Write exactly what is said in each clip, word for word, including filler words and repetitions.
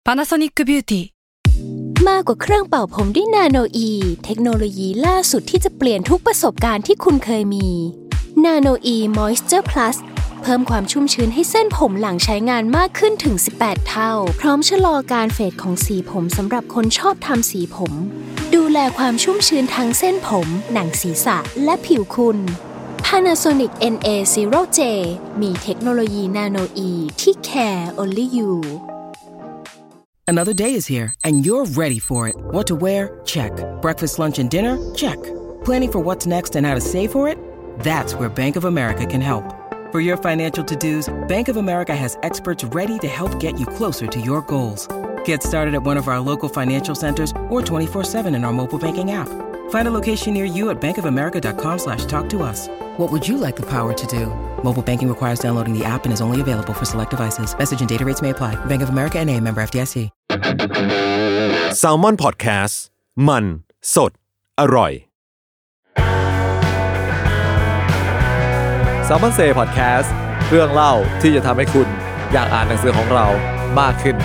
Panasonic Beauty มากกว่าเครื่องเป่าผมด้วยนาโนอีเทคโนโลยีล่าสุดที่จะเปลี่ยนทุกประสบการณ์ที่คุณเคยมีนาโนอีมอยส์เจอร์พลัสเพิ่มความชุ่มชื้นให้เส้นผมหลังใช้งานมากขึ้นถึงสิบแปดเท่าพร้อมชะลอการเฟดของสีผมสำหรับคนชอบทำสีผมดูแลความชุ่มชื้นทั้งเส้นผมหนังศีรษะและผิวคุณ Panasonic เอ็น เอ ศูนย์ เจ มีเทคโนโลยีนาโนอีที่ care only you Another day is here, and you're ready for it. What to wear? Check. Breakfast, lunch, and dinner? Check. Planning for what's next and how to save for it? That's where Bank of America can help. For your financial to-dos, Bank of America has experts ready to help get you closer to your goals. Get started at one of our local financial centers or twenty-four seven in our mobile banking app. Find a location near you at bankofamerica.com slash talk to us. What would you like the power to do? Mobile banking requires downloading the app and is only available for select devices. Message and data rates may apply. Bank of America เอ็น เอ member เอฟ ดี เอส ซี Salmon Podcast มันสดอร่อย Salmon Say Podcast เรื่องเล่าที่จะทำให้คุณอยากอ่านหนังสือของเรามากขึ้น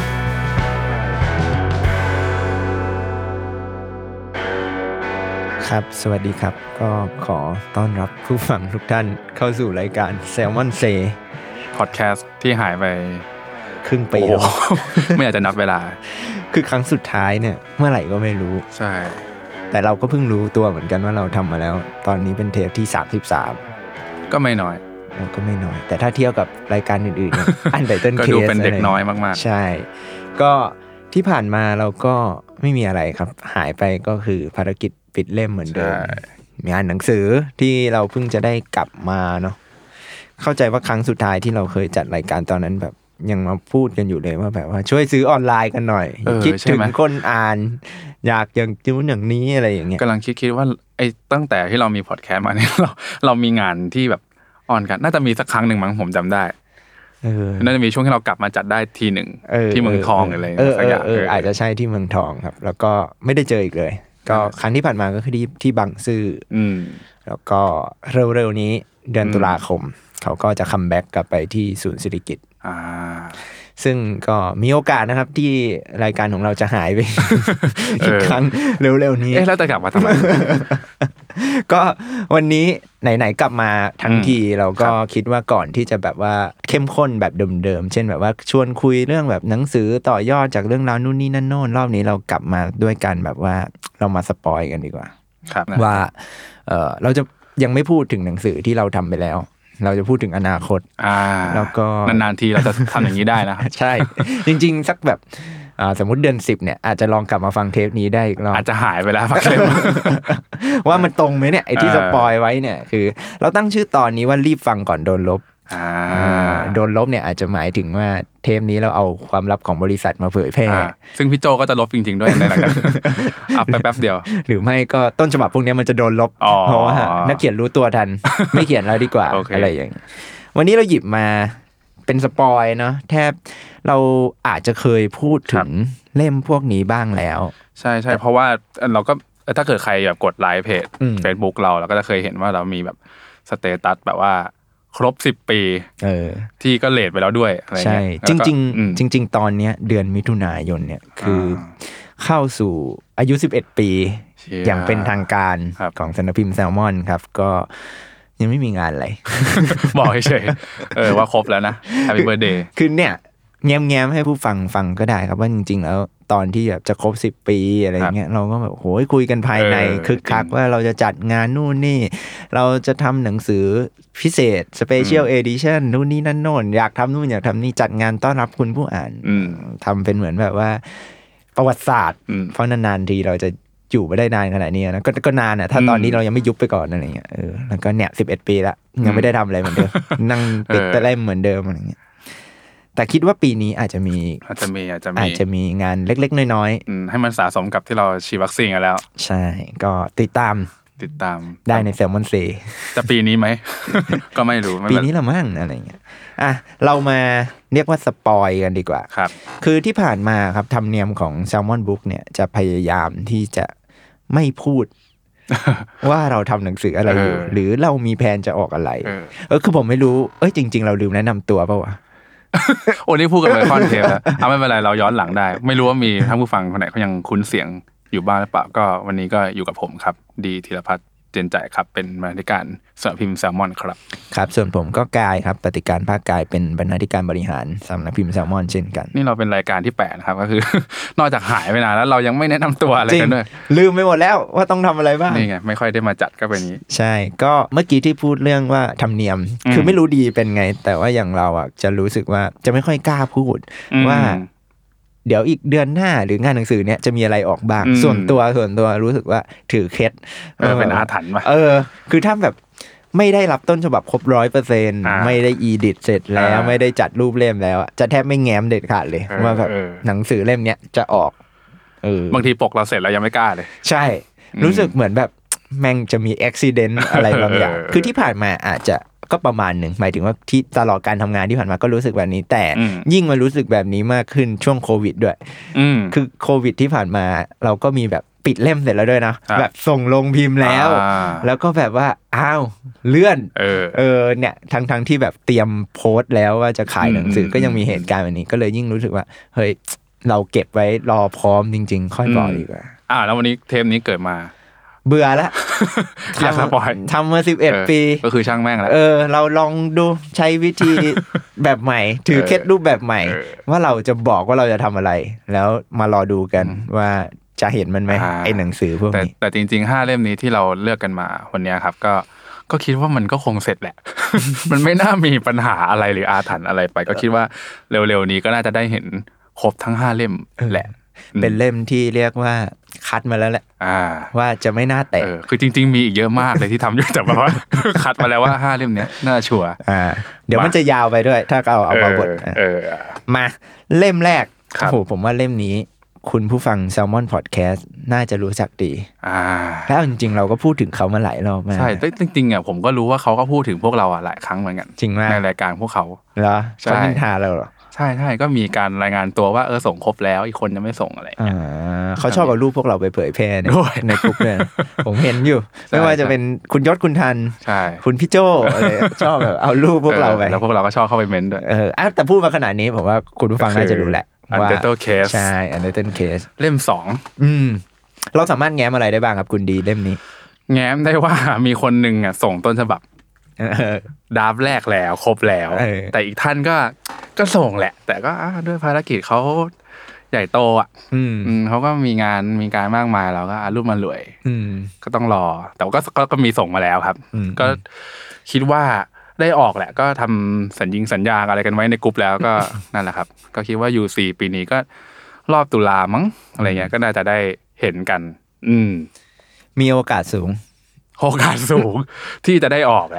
ครับสวัสดีครับก็ขอต้อนรับผู้ฟังทุกท่านเข้าสู่รายการ Salmon Say Podcast ที่หายไปครึ่งปีแล้วไม่อยากจะนับเวลาคือครั้งสุดท้ายเนี่ยเมื่อไหร่ก็ไม่รู้ใช่แต่เราก็เพิ่งรู้ตัวเหมือนกันว่าเราทำมาแล้วตอนนี้เป็นเทปที่สามสิบสามก็ไม่น้อยก็ไม่น้อยแต่ถ้าเทียบกับรายการอื่นๆอันไดเติ้ลเคสก็ดูเป็นเด็กน้อยมากๆใช่ก็ที่ผ่านมาเราก็ไม่มีอะไรครับหายไปก็คือภารกิจปิดเล่มเหมือนเดิมงานหนังสือที่เราเพิ่งจะได้กลับมาเนาะเข้าใจว่าครั้งสุดท้ายที่เราเคยจัดรายการตอนนั้นแบบยังมาพูดกันอยู่เลยว่าแบบว่าช่วยซื้อออนไลน์กันหน่อยคิดถึงคนอ่านอยากอย่างนู้นอย่างนี้อะไรอย่างเงี้ยกำลังคิดๆว่าไอ้ตั้งแต่ที่เรามีพอดแคสต์มาเนี่ยเราเรามีงานที่แบบออนกันน่าจะมีสักครั้งหนึ่งมั้งผมจำได้เออน่าจะมีช่วงที่เรากลับมาจัดได้ทีหนึ่งที่เมืองทองอะไรสักอย่างเอออาจจะใช่ที่เมืองทองครับแล้วก็ไม่ได้เจออีกเลยก็ครั้งที่ผ่านมาก็คือที่ที่บางซื่อแล้วก็เร็วๆนี้เดือนตุลาคมเขาก็จะคัมแบ็กกลับไปที่ศูนย์ศิริกิติ์ซึ่งก็มีโอกาสนะครับที่รายการของเราจะหายไป อีกครั้งเร็วๆนี้เอ๊ะแล้วจะกลับมาทำไมก็วันนี้ไหนๆกลับมาทั้งทีเราก็คิดว่าก่อนที่จะแบบว่าเข้มข้นแบบเดิมๆเช่นแบบว่าชวนคุยเรื่องแบบหนังสือต่อยอดจากเรื่องราวนู่นนี่นั่นโน่นรอบนี้เรากลับมาด้วยกันแบบว่าเรามาสปอยกันดีกว่าว่าเออเราจะยังไม่พูดถึงหนังสือที่เราทำไปแล้วเราจะพูดถึงอนาคตแล้วก็นานๆทีเราจะทำอย่างนี้ได้นะใช่จริงๆสักแบบสมมุติเดือนสิบเนี่ยอาจจะลองกลับมาฟังเทปนี้ได้อีกรอบอาจจะหายไปแล้วฟังเทปว่ามันตรงไหมเนี่ยไอ้ที่สปอยไว้เนี่ยคือเราตั้งชื่อตอนนี้ว่ารีบฟังก่อนโดนลบโดนลบเนี่ยอาจจะหมายถึงว่าเทปนี้เราเอาความลับของบริษัทมาเผยแพร่ซึ่งพี่โจก็จะลบจริงๆด้วยในหลังจากอัพไปแป๊บเดียวหรือไม่ก็ต้นฉบับพวกนี้มันจะโดนลบเพราะว่านักเขียนรู้ตัวทันไม่เขียนแล้วดีกว่าอะไรอย่างนี้วันนี้เราหยิบมาเป็นสปอยเนาะแทบเราอาจจะเคยพูดถึงเล่มพวกนี้บ้างแล้วใช่ๆเพราะว่าเราก็ถ้าเกิดใครแบบกดไลค์เพจ Facebook เราเราก็จะเคยเห็นว่าเรามีแบบสเตตัสแบบว่าครบสิบปีเออที่ก็เลทไปแล้วด้วยอะไรเงี้ยใช่จริงๆจริงๆตอนเนี้ยเดือนมิถุนายนเนี่ยคือเข้าสู่อายุสิบเอ็ดปีอย่างเป็นทางการของสำนักพิมพ์แซลมอนครับก็ยังไม่มีงานอะไรบอกเฉยๆเออว่าครบแล้วนะ Happy Birthday คือเนี่ยแง้มๆให้ผู้ฟังฟังก็ได้ครับว่าจริงๆแล้วตอนที่แบบจะครบสิบปีอะไรเงี้ยเราก็แบบโหยคุยกันภายในคึกคักว่าเราจะจัดงานนู่นนี่เราจะทำหนังสือพิเศษ Special Edition นู่นนี่นั่นโน่นอยากทำนู่นอยากทำนี่จัดงานต้อนรับคุณผู้อ่านทำเป็นเหมือนแบบว่าประวัติศาสตร์เพราะนานๆทีเราจะอยู่ไม่ได้นานขนาดนี้นะก็ก็นานอ่ะถ้าตอนนี้เรายังไม่ยุบไปก่อนอะไรเงี้ยเออแล้วก็เนี่ยสิบเอ็ดปีละยังไม่ได้ทำอะไรเหมือนเดิมนั่งปิดแต่เล่มเหมือนเดิมอะไรเงี้ยแต่คิดว่าปีนี้อาจจะมีอาจจะมีอาจจะมีอาจจะมีงานเล็กๆน้อยๆให้มันสะสมกับที่เราฉีดวัคซีนกันแล้วใช่ก็ติดตามติดตามได้ใน Salmon Say จะปีนี้ไหม ก็ไม่รู้ปีนี้ละมั้งอะไรเงี้ยอ่ะเรามาเรียกว่าสปอยกันดีกว่าครับคือที่ผ่านมาครับธรรมเนียมของ Salmon Book เนี่ยจะพยายามที่จะไม่พูด ว่าเราทำหนังสืออะไรอยู่หรือเรามีแผนจะออกอะไรเออคือผมไม่รู้เอ้ยจริงๆเราลืมแนะนำตัวป่ะวะโอ้นี่พูดกันไปค่อนเทปแล้วเอาไม่เป็นไรเราย้อนหลังได้ไม่รู้ว่ามีท่านผู้ฟังคนไหนเขายังคุ้นเสียงอยู่บ้างหรือเปล่าก็วันนี้ก็อยู่กับผมครับดีธีรพัฒน์เจนใจครับเป็นบรรณาธิการสำนักพิมพ์แซลมอนครับครับส่วนผมก็กายครับปฏิการภาคกายเป็นบรรณาธิการบริหารสำนักพิมพ์แซลมอนเช่นกันนี่เราเป็นรายการที่แปลกนะครับก็คือนอกจากหายไปนานแล้วเรายังไม่แนะนำตัวอะไรกันด้วยลืมไปหมดแล้วว่าต้องทำอะไรบ้างนี่ไงไม่ค่อยได้มาจัดก็เป็นนี้ใช่ก็เมื่อกี้ที่พูดเรื่องว่าธรรมเนียมคือไม่รู้ดีเป็นไงแต่ว่าอย่างเราอ่ะจะรู้สึกว่าจะไม่ค่อยกล้าพูดว่าเดี๋ยวอีกเดือนหน้าหรืองานหนังสือเนี่ยจะมีอะไรออกบ้างส่วนตัวส่วนตัวรู้สึกว่าถือเคล็ดเออเป็นอาถรรพ์ว่ะเออคือถ้าแบบไม่ได้รับต้นฉบับครบ ร้อยเปอร์เซ็นต์ ไม่ได้อีดิทเสร็จแล้วไม่ได้จัดรูปเล่มแล้วจะแทบไม่แง้มเด็ดขาดเลยว่าแบบหนังสือเล่มเนี้ยจะออกเออบางทีปกเราเสร็จแล้วยังไม่กล้าเลยใช่รู้สึกเหมือนแบบแม่งจะมีอุบิเหตุอะไรบางอย่างคือที่ผ่านมาอาจจะก็ประมาณหนึ่งหมายถึงว่าที่ตลอดการทำงานที่ผ่านมาก็รู้สึกแบบนี้แต่ยิ่งมารู้สึกแบบนี้มากขึ้นช่วงโควิดด้วยคือโควิดที่ผ่านมาเราก็มีแบบปิดเล่มเสร็จแล้วด้วยนะแบบส่งลงพิมพ์แล้วแล้วก็แบบว่าอ้าวเลื่อนเออเออเนี่ยทั้งทั้งที่แบบเตรียมโพสต์แล้วว่าจะขายหนังสือก็ยังมีเหตุการณ์แบบนี้ก็เลยยิ่งรู้สึกว่าเฮ้ยเราเก็บไว้รอพร้อมจริงๆค่อยบอกดีกว่าอ่าแล้ววันนี้เทปนี้เกิดมาเบื่อแล้วอยากสปอยทำมาสิบเอ็ดปีก็คือช่างแม่งแล้วเออเราลองดูใช้วิธีแบบใหม่ถือเคล็ดรูปแบบใหม่ว่าเราจะบอกว่าเราจะทำอะไรแล้วมารอดูกันว่าจะเห็นมันไหมไอ้หนังสือพวกนี้แต่จริงๆห้าเล่มนี้ที่เราเลือกกันมาวันนี้ครับก็ก็คิดว่ามันก็คงเสร็จแหละ มันไม่น่ามีปัญหาอะไรหรืออาถรรพ์อะไรไปก็คิดว่าเร็วๆนี้ก็น่าจะได้เห็นครบทั้งห้าเล่มแหละเป็นเล่มที่เรียกว่าคัดมาแล้วแหละว่าจะไม่น่าแตะคือจริงๆมีอีกเยอะมากเลยที่ทำอยู่แต่ว่าคัดมาแล้วว่าห้าเล่มเนี้ยน่าชัวร์เดี๋ยวมันจะยาวไปด้วยถ้าเอาเอามาบทมาเล่มแรกโอ้โหผมว่าเล่มนี้คุณผู้ฟัง Salmon Podcast น่าจะรู้จักดีแล้วจริงๆเราก็พูดถึงเขามาหลายรอบมากใช่จริงๆอ่ะผมก็รู้ว่าเขาก็พูดถึงพวกเราอ่ะหลายครั้งเหมือนกันจริงมากในรายการพวกเขาเหรอเขานินทาเราเหรอใช่ใช่ก็มีการรายงานตัวว่าเออส่งครบแล้วอีกคนจะไม่ส่งอะไรอ่าเขาชอบเอารูปพวกเราไปเผยแพร่ในในกลุ่มเลยผมเห็นอยู่ไม่ว่าจะเป็นคุณยศคุณทันใช่คุณพี่โจอะไรชอบแบบเอารูปพวกเราไปแล้วพวกเราก็ชอบเข้าไปเม้นด้วยเออแต่พูดมาขนาดนี้ผมว่าคุณผู้ฟังน่าจะรู้แหละว่า Untitled Case ใช่ Untitled Case เล่มสองอืมเราสามารถแง้มอะไรได้บ้างครับคุณดีเล่มนี้แง้มได้ว่ามีคนนึงอ่ะส่งต้นฉบับดราฟแรกแล้วครบแล้วแต่อีกท่านก็ก็ส่งแหละแต่ก็ด้วยภารกิจเขาใหญ่โตอ่ะเขาก็มีงานมีการมากมายเราก็รุ่มมารวยก็ต้องรอแต่ก็ก็มีส่งมาแล้วครับก็คิดว่าได้ออกแหละก็ทำสัญญิงสัญญาอะไรกันไว้ในกลุ่มแล้วก็นั่นแหละครับก็คิดว่า ยู ซี ปีนี้ก็รอบตุลามั้งอะไรเงี้ยก็น่าจะได้เห็นกันอืมมีโอกาสสูงโอกาสสูงที่จะได้ออกแหละ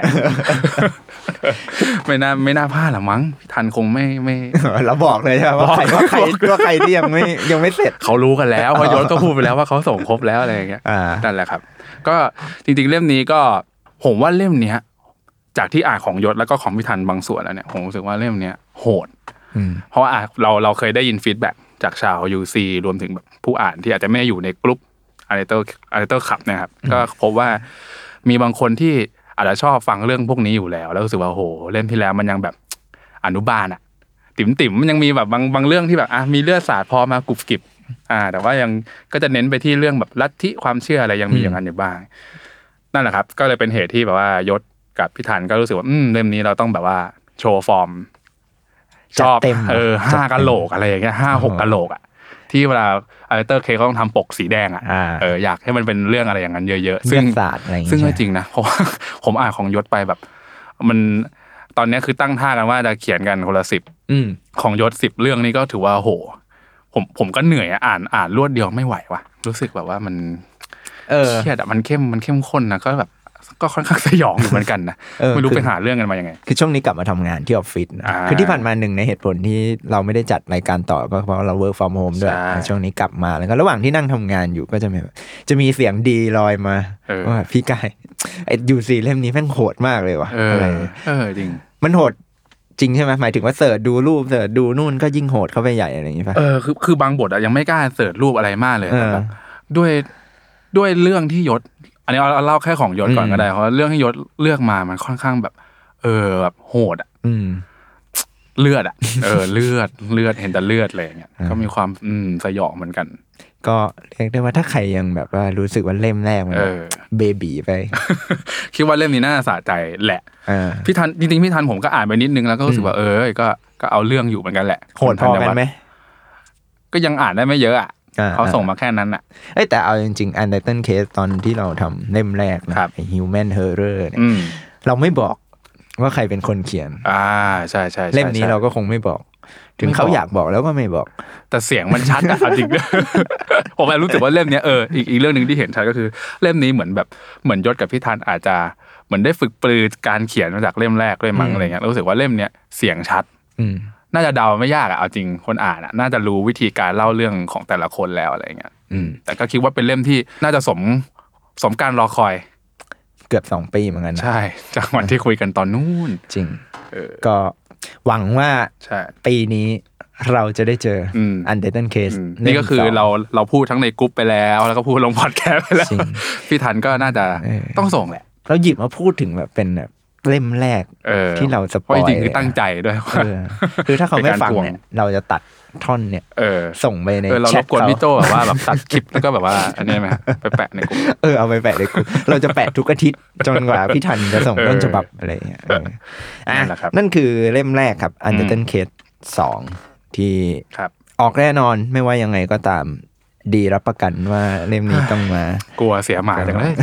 ไม่น่าไม่น่าพลาดหรอมั้งทันคงไม่ไม่เราบอกเลยใช่ไหมว่าใครว่าใครว่าใครที่ยังไม่ยังไม่เสร็จเขารู้กันแล้วเพราะยศก็พูดไปแล้วว่าเขาส่งครบแล้วอะไรอย่างเงี้ยนั่นแหละครับก็จริงๆเล่มนี้ก็ผมว่าเล่มเนี้ยจากที่อ่านของยศแล้วก็ของพิธันบางส่วนแล้วเนี่ยผมรู้สึกว่าเล่มเนี้ยโหดเพราะว่าเราเราเคยได้ยินฟีดแบ็กจากชาว ยู ซี รวมถึงแบบผู้อ่านที่อาจจะไม่อยู่ในกลุ่มUntitled Untitled Club นะครับก็พบว่ามีบางคนที่อาจจะชอบฟังเรื่องพวกนี้อยู่แล้วแล้วรู้สึกว่าโหเล่มที่แล้วมันยังแบบอนุบาลอ่ะติ๋มๆมันยังมีแบบบางบางเรื่องที่แบบอ่ะมีเลือดสาดพอมากรุบกริบอ่าแต่ว่ายังก็จะเน้นไปที่เรื่องแบบลัทธิความเชื่ออะไรยังมีอย่างนั้นอยู่บ้างนั่นแหละครับก็เลยเป็นเหตุที่แบบว่ายศกับพิธันก็รู้สึกว่าอืมเล่มนี้เราต้องแบบว่าโชว์ฟอร์มชอบเออห้ากะโหลกอะไรอย่างเงี้ยห้าหกกะโหลกอ่ะที่เวลาUntitled Caseเขาต้องทำปกสีแดงอ่ะเอออยากให้มันเป็นเรื่องอะไรอย่างนั้นเยอะๆซึ่งซึ่งก็จริงนะเพราะว่าผมอ่านของยศไปแบบมันตอนนี้คือตั้งท่ากันว่าจะเขียนกันคนละสิบของยศสิบเรื่องนี้ก็ถือว่าโหผมผมก็เหนื่อยอ่านอ่านรวดเดียวไม่ไหวว่ะรู้สึกแบบว่ามันเครียดอ่ะมันเข้มมันเข้มข้นนะก็แบบก็ค่อนข้างสยองอยู่เหมือนกันนะไม่รู้ไปหาเรื่องกันมายังไงคือช่วงนี้กลับมาทำงานที่ออฟฟิศคือที่ผ่านมาหนึ่งในเหตุผลที่เราไม่ได้จัดรายการต่อก็เพราะเรา work from home ด้วยช่วงนี้กลับมาแล้วก็ระหว่างที่นั่งทำงานอยู่ก็จะมีจะมีเสียงดีลอยมาว่าพี่กายไอ้ ยู ซี เล่มนี้แม่งโหดมากเลยว่ะอะไรเออจริงมันโหดจริงใช่ไหมหมายถึงว่าเสิร์ชดูรูปเสิร์ชดูนู่นก็ยิ่งโหดเข้าไปใหญ่อะไรอย่างนี้ป่ะเออคือคือบางบทอะยังไม่กล้าเสิร์ชรูปอะไรมากเลยแบบด้วยด้วยเรื่องที่ยศอันนี้เราเล่าแค่ของยศก่อนก็ได้เพราะเรื่องที่ยศเลือกมามันค่อนข้างแบบเออแบบโหดอ่ะเลือดอ่ะเออเลือดเลือดเห็นแต่เลือดอะไรอย่างเงี้ยก็มีความอืมสยองเหมือนกันก็เรียกได้ว่าถ้าใครยังแบบว่ารู้สึกว่าเล่มแรกมันเบบีไปคิดว่าเล่มนี้น่าสะใจแหละพี่ทันจริงๆพี่ทันผมก็อ่านไปนิดนึงแล้วก็รู้สึกว่าเออก็ก็เอาเรื่องอยู่เหมือนกันแหละโหดพอกันไหมก็ยังอ่านได้ไม่เยอะอ่ะเขาส่งมาแค่นั้นอ่ะเอ้แต่เอาจริงๆ Untitled Case ตอนที่เราทำเล่มแรกนะ Human Horror เนี่ยเราไม่บอกว่าใครเป็นคนเขียนอ่าใช่ใช่เล่มนี้เราก็คงไม่บอกถึงเขาอยากบอกแล้วก็ไม่บอกแต่เสียงมันชัดอะจริงผมรู้สึกว่าเล่มนี้เอออีกอีกเรื่องนึงที่เห็นชัดก็คือเล่มนี้เหมือนแบบเหมือนยศกับพี่ธันอาจจะเหมือนได้ฝึกปรือการเขียนมาจากเล่มแรกด้วยมั้งอะไรเงี้ยรู้สึกว่าเล่มเนี้ยเสียงชัดน่าจะเดาไม่ยากอะเอาจริงคนอ่านอะน่าจะรู้วิธีการเล่าเรื่องของแต่ละคนแล้วอะไรเงี้ยแต่ก็คิดว่าเป็นเล่มที่น่าจะสมสมการรอคอยเกือบสองปีเหมือนกันใช่จากวันที่คุยกันตอนนู้นจริงก็หวังว่าปีนี้เราจะได้เจอ Untitled Case นี่ก็คือเราเราพูดทั้งในกรุ๊ปไปแล้วแล้วก็พูดลงพอดแคสต์ไปแล้วพี่ทันก็น่าจะต้องส่งแหละเราหยิบมาพูดถึงแบบเป็นแบบเล่มแรกที่เราสปอยจริงๆคือตั้งใจด้วยคือถ้าเขาไม่ฟังเนี่ยเราจะตัดท่อนเนี่ยส่งไปในแชทเรารบกวนพี่โจแบบว่าแบบตัดคลิปแล้วก็แบบว่าอันนี้ไหมไปแปะในกลุ่มเออเอาไปแปะในกลุ่มเราจะแปะทุกอาทิตย์จนกว่าพี่ทันจะส่งต้นฉบับอะไรอย่างเงี้ยอ่ะนั่นคือเล่มแรกครับ Untitled Case สองที่ออกแน่นอนไม่ว่ายังไงก็ตามดีรับประกันว่าเล่มนี้ต้องมากลัวเสียหมายจังเลย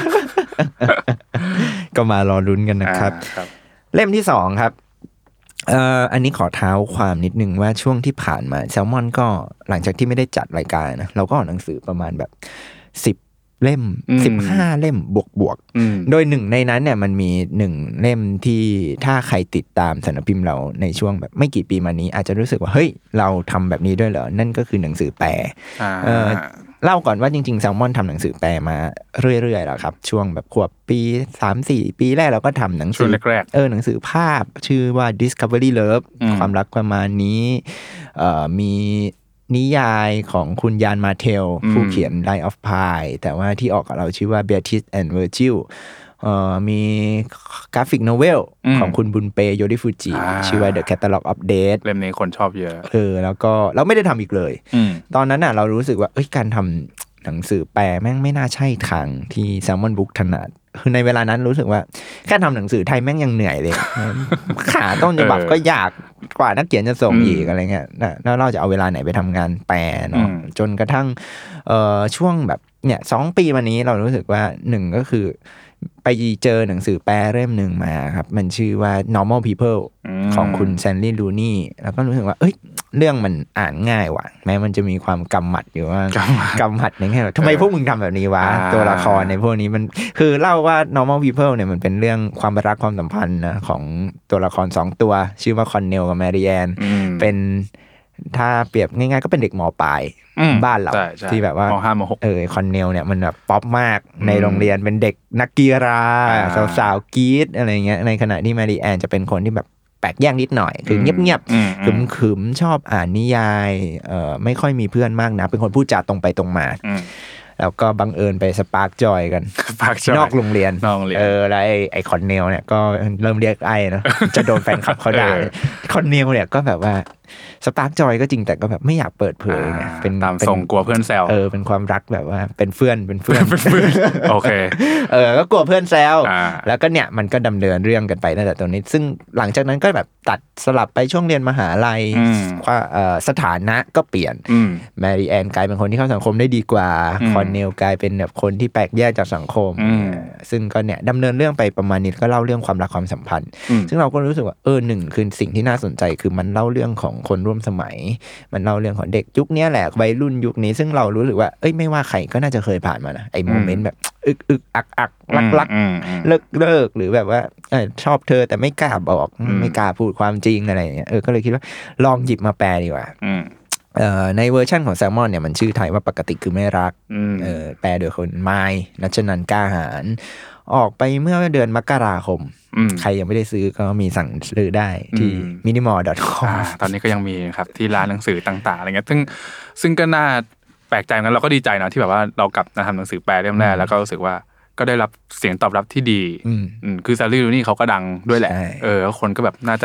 ก็มารอลุ้นกันนะครับเล่มที่สองครับเอ่ออันนี้ขอเท้าความนิดนึงว่าช่วงที่ผ่านมาแซลมอนก็หลังจากที่ไม่ได้จัดรายการนะเราก็ออกหนังสือประมาณแบบสิบเล่มสิบห้าเล่มบวกๆโดยหนึ่งในนั้นเนี่ยมันมีหนึ่งเล่มที่ถ้าใครติดตามสำนักพิมพ์เราในช่วงแบบไม่กี่ปีมานี้อาจจะรู้สึกว่าเฮ้ยเราทำแบบนี้ด้วยเหรอนั่นก็คือหนังสือแปลเออเล่าก่อนว่าจริงๆแซลมอนทำหนังสือแปลมาเรื่อยๆแล้วครับช่วงแบบขวบปี สามสี่ ปีแรกเราก็ทำหนังสือเออหนังสือภาพชื่อว่า Discovery Love ความรักประมาณนี้เอ่อมีนิยายของคุณยานมาเทลผู้เขียน Light of Pi แต่ว่าที่ออกกับเราชื่อว่า Beatrice and Virgil เอ่อมีกราฟิกโนเวลของคุณบุญเปโยริฟูจิชื่อว่า The Catalog of Death เล่มนี้คนชอบเยอะเออแล้วก็เราไม่ได้ทำอีกเลยตอนนั้นน่ะเรารู้สึกว่าเอ้ยการทำหนังสือแปลแม่งไม่น่าใช่ทางที่ Salmon Book ถนัดคือในเวลานั้นรู้สึกว่าแค่ทำหนังสือไทยแม่งยังเหนื่อยเลยขาต้นฉบับก็ยากกว่านักเขียนจะส่งอีกอะไรเงี้ยแล้วเราจะเอาเวลาไหนไปทำงานแปลเนาะจนกระทั่งเอ่อช่วงแบบเนี่ยสองปีมานี้เรารู้สึกว่าหนึ่งก็คือไปเจอหนังสือแปลเล่มหนึ่งมาครับมันชื่อว่า Normal People ของคุณแซนลี่ลูนี่แล้วก็รู้สึกว่าเอ้ยเรื่องมันอ่านง่ายว่ะแม้มันจะมีความกำหมัดอยู่ว่ากำหมัดในแง่ทำไมพวกมึงทำแบบนี้วะตัวละครในพวกนี้มันคือเล่าว่า Normal People เนี่ยมันเป็นเรื่องความรักความสัมพันธ์นะของตัวละครสองตัวชื่อว่าคอนเนลกับแมรี่แอนเป็นถ้าเปรียบง่ายๆก็เป็นเด็กม.ปลายบ้านเราที่แบบว่าม. ห้าม.หกเออคอนเนลเนี่ยมันแบบป๊อปมากในโรงเรียนเป็นเด็กนักกีฬาสาวๆกรี๊ดอะไรเงี้ยในขณะที่แมรี่แอนจะเป็นคนที่แบบแปลกแยกนิดหน่อยคือเงียบๆขึมๆชอบอ่านนิยายเอ่อไม่ค่อยมีเพื่อนมากนะเป็นคนพูดจาตรงไปตรงมาแล้วก็บังเอิญไปสปาร์กจอยกันนอกโรงเรียนเออแล้วไอ้ไอ้คอนเนลเนี่ยก็เริ่มเรียกไอ้นะจะโดนแฟนคลับเขาด่าคอนเนลเนี่ยก็แบบว่าสปาร์กจอยก็จริงแต่ก็แบบไม่อยากเปิดเผยไงเป็นตามทรงกลัวเพื่อนแซวเออเป็นความรักแบบว่าเป็นเพื่อนเป็นเพื่อนเป็นเพื่อนโอเคเออก็กลัวเพื่อนแซวแล้วก็เนี่ยมันก็ดำเนินเรื่องกันไปตั้งแต่ตรงนี้ซึ่งหลังจากนั้นก็แบบตัดสลับไปช่วงเรียนมหาลัยว่าสถานะก็เปลี่ยนแมรี่แอนกลายเป็นคนที่เข้าสังคมได้ดีกว่าคอนเนลกลายเป็นแบบคนที่แปลกแยกจากสังคมซึ่งก็เนี่ยดำเนินเรื่องไปประมาณนี้ก็เล่าเรื่องความรักความสัมพันธ์ซึ่งเราก็รู้สึกว่าเออหนึ่งคือสิ่งที่น่าสนใจคือมันเล่าเรื่องของคนร่วมสมัยมันเล่าเรื่องของเด็กยุคนี้แหละวัยรุ่นยุคนี้ซึ่งเรารู้สึกว่าเอ้ยไม่ว่าใครก็น่าจะเคยผ่านมานะไอ้โมเมนต์แบบอึกอึกอักอักรักรักเลิกเลิกหรือแบบว่าชอบเธอแต่ไม่กล้าบอกไม่กล้าพูดความจริงอะไรอย่างเงี้ยเออก็เลยคิดว่าลองหยิบมาแปลดีกว่าในเวอร์ชั่นของแซลมอนเนี่ยมันชื่อไทยว่าปกติคือไม่รักแปลโดยคนไม้นัชนันท์กล้าหาญออกไปเมื่อเดือนมกราคมใครยังไม่ได้ซื้อก็มีสั่งซื้อได้ที่ มินิมอล ดอท คอมตอนนี้ก็ยังมีครับที่ร้านหนังสือต่างๆอะไรเงี้ยซึ่งซึ่งก็น่าแปลกใจนะเราก็ดีใจนะที่แบบว่าเรากลับมาทำหนังสือแปลเล่มแรกแล้วก็รู้สึกว่าก็ได้รับเสียงตอบรับที่ดีคือแซลลี่ลูนี่เขาก็ดังด้วยแหละเออคนก็แบบน่าจะ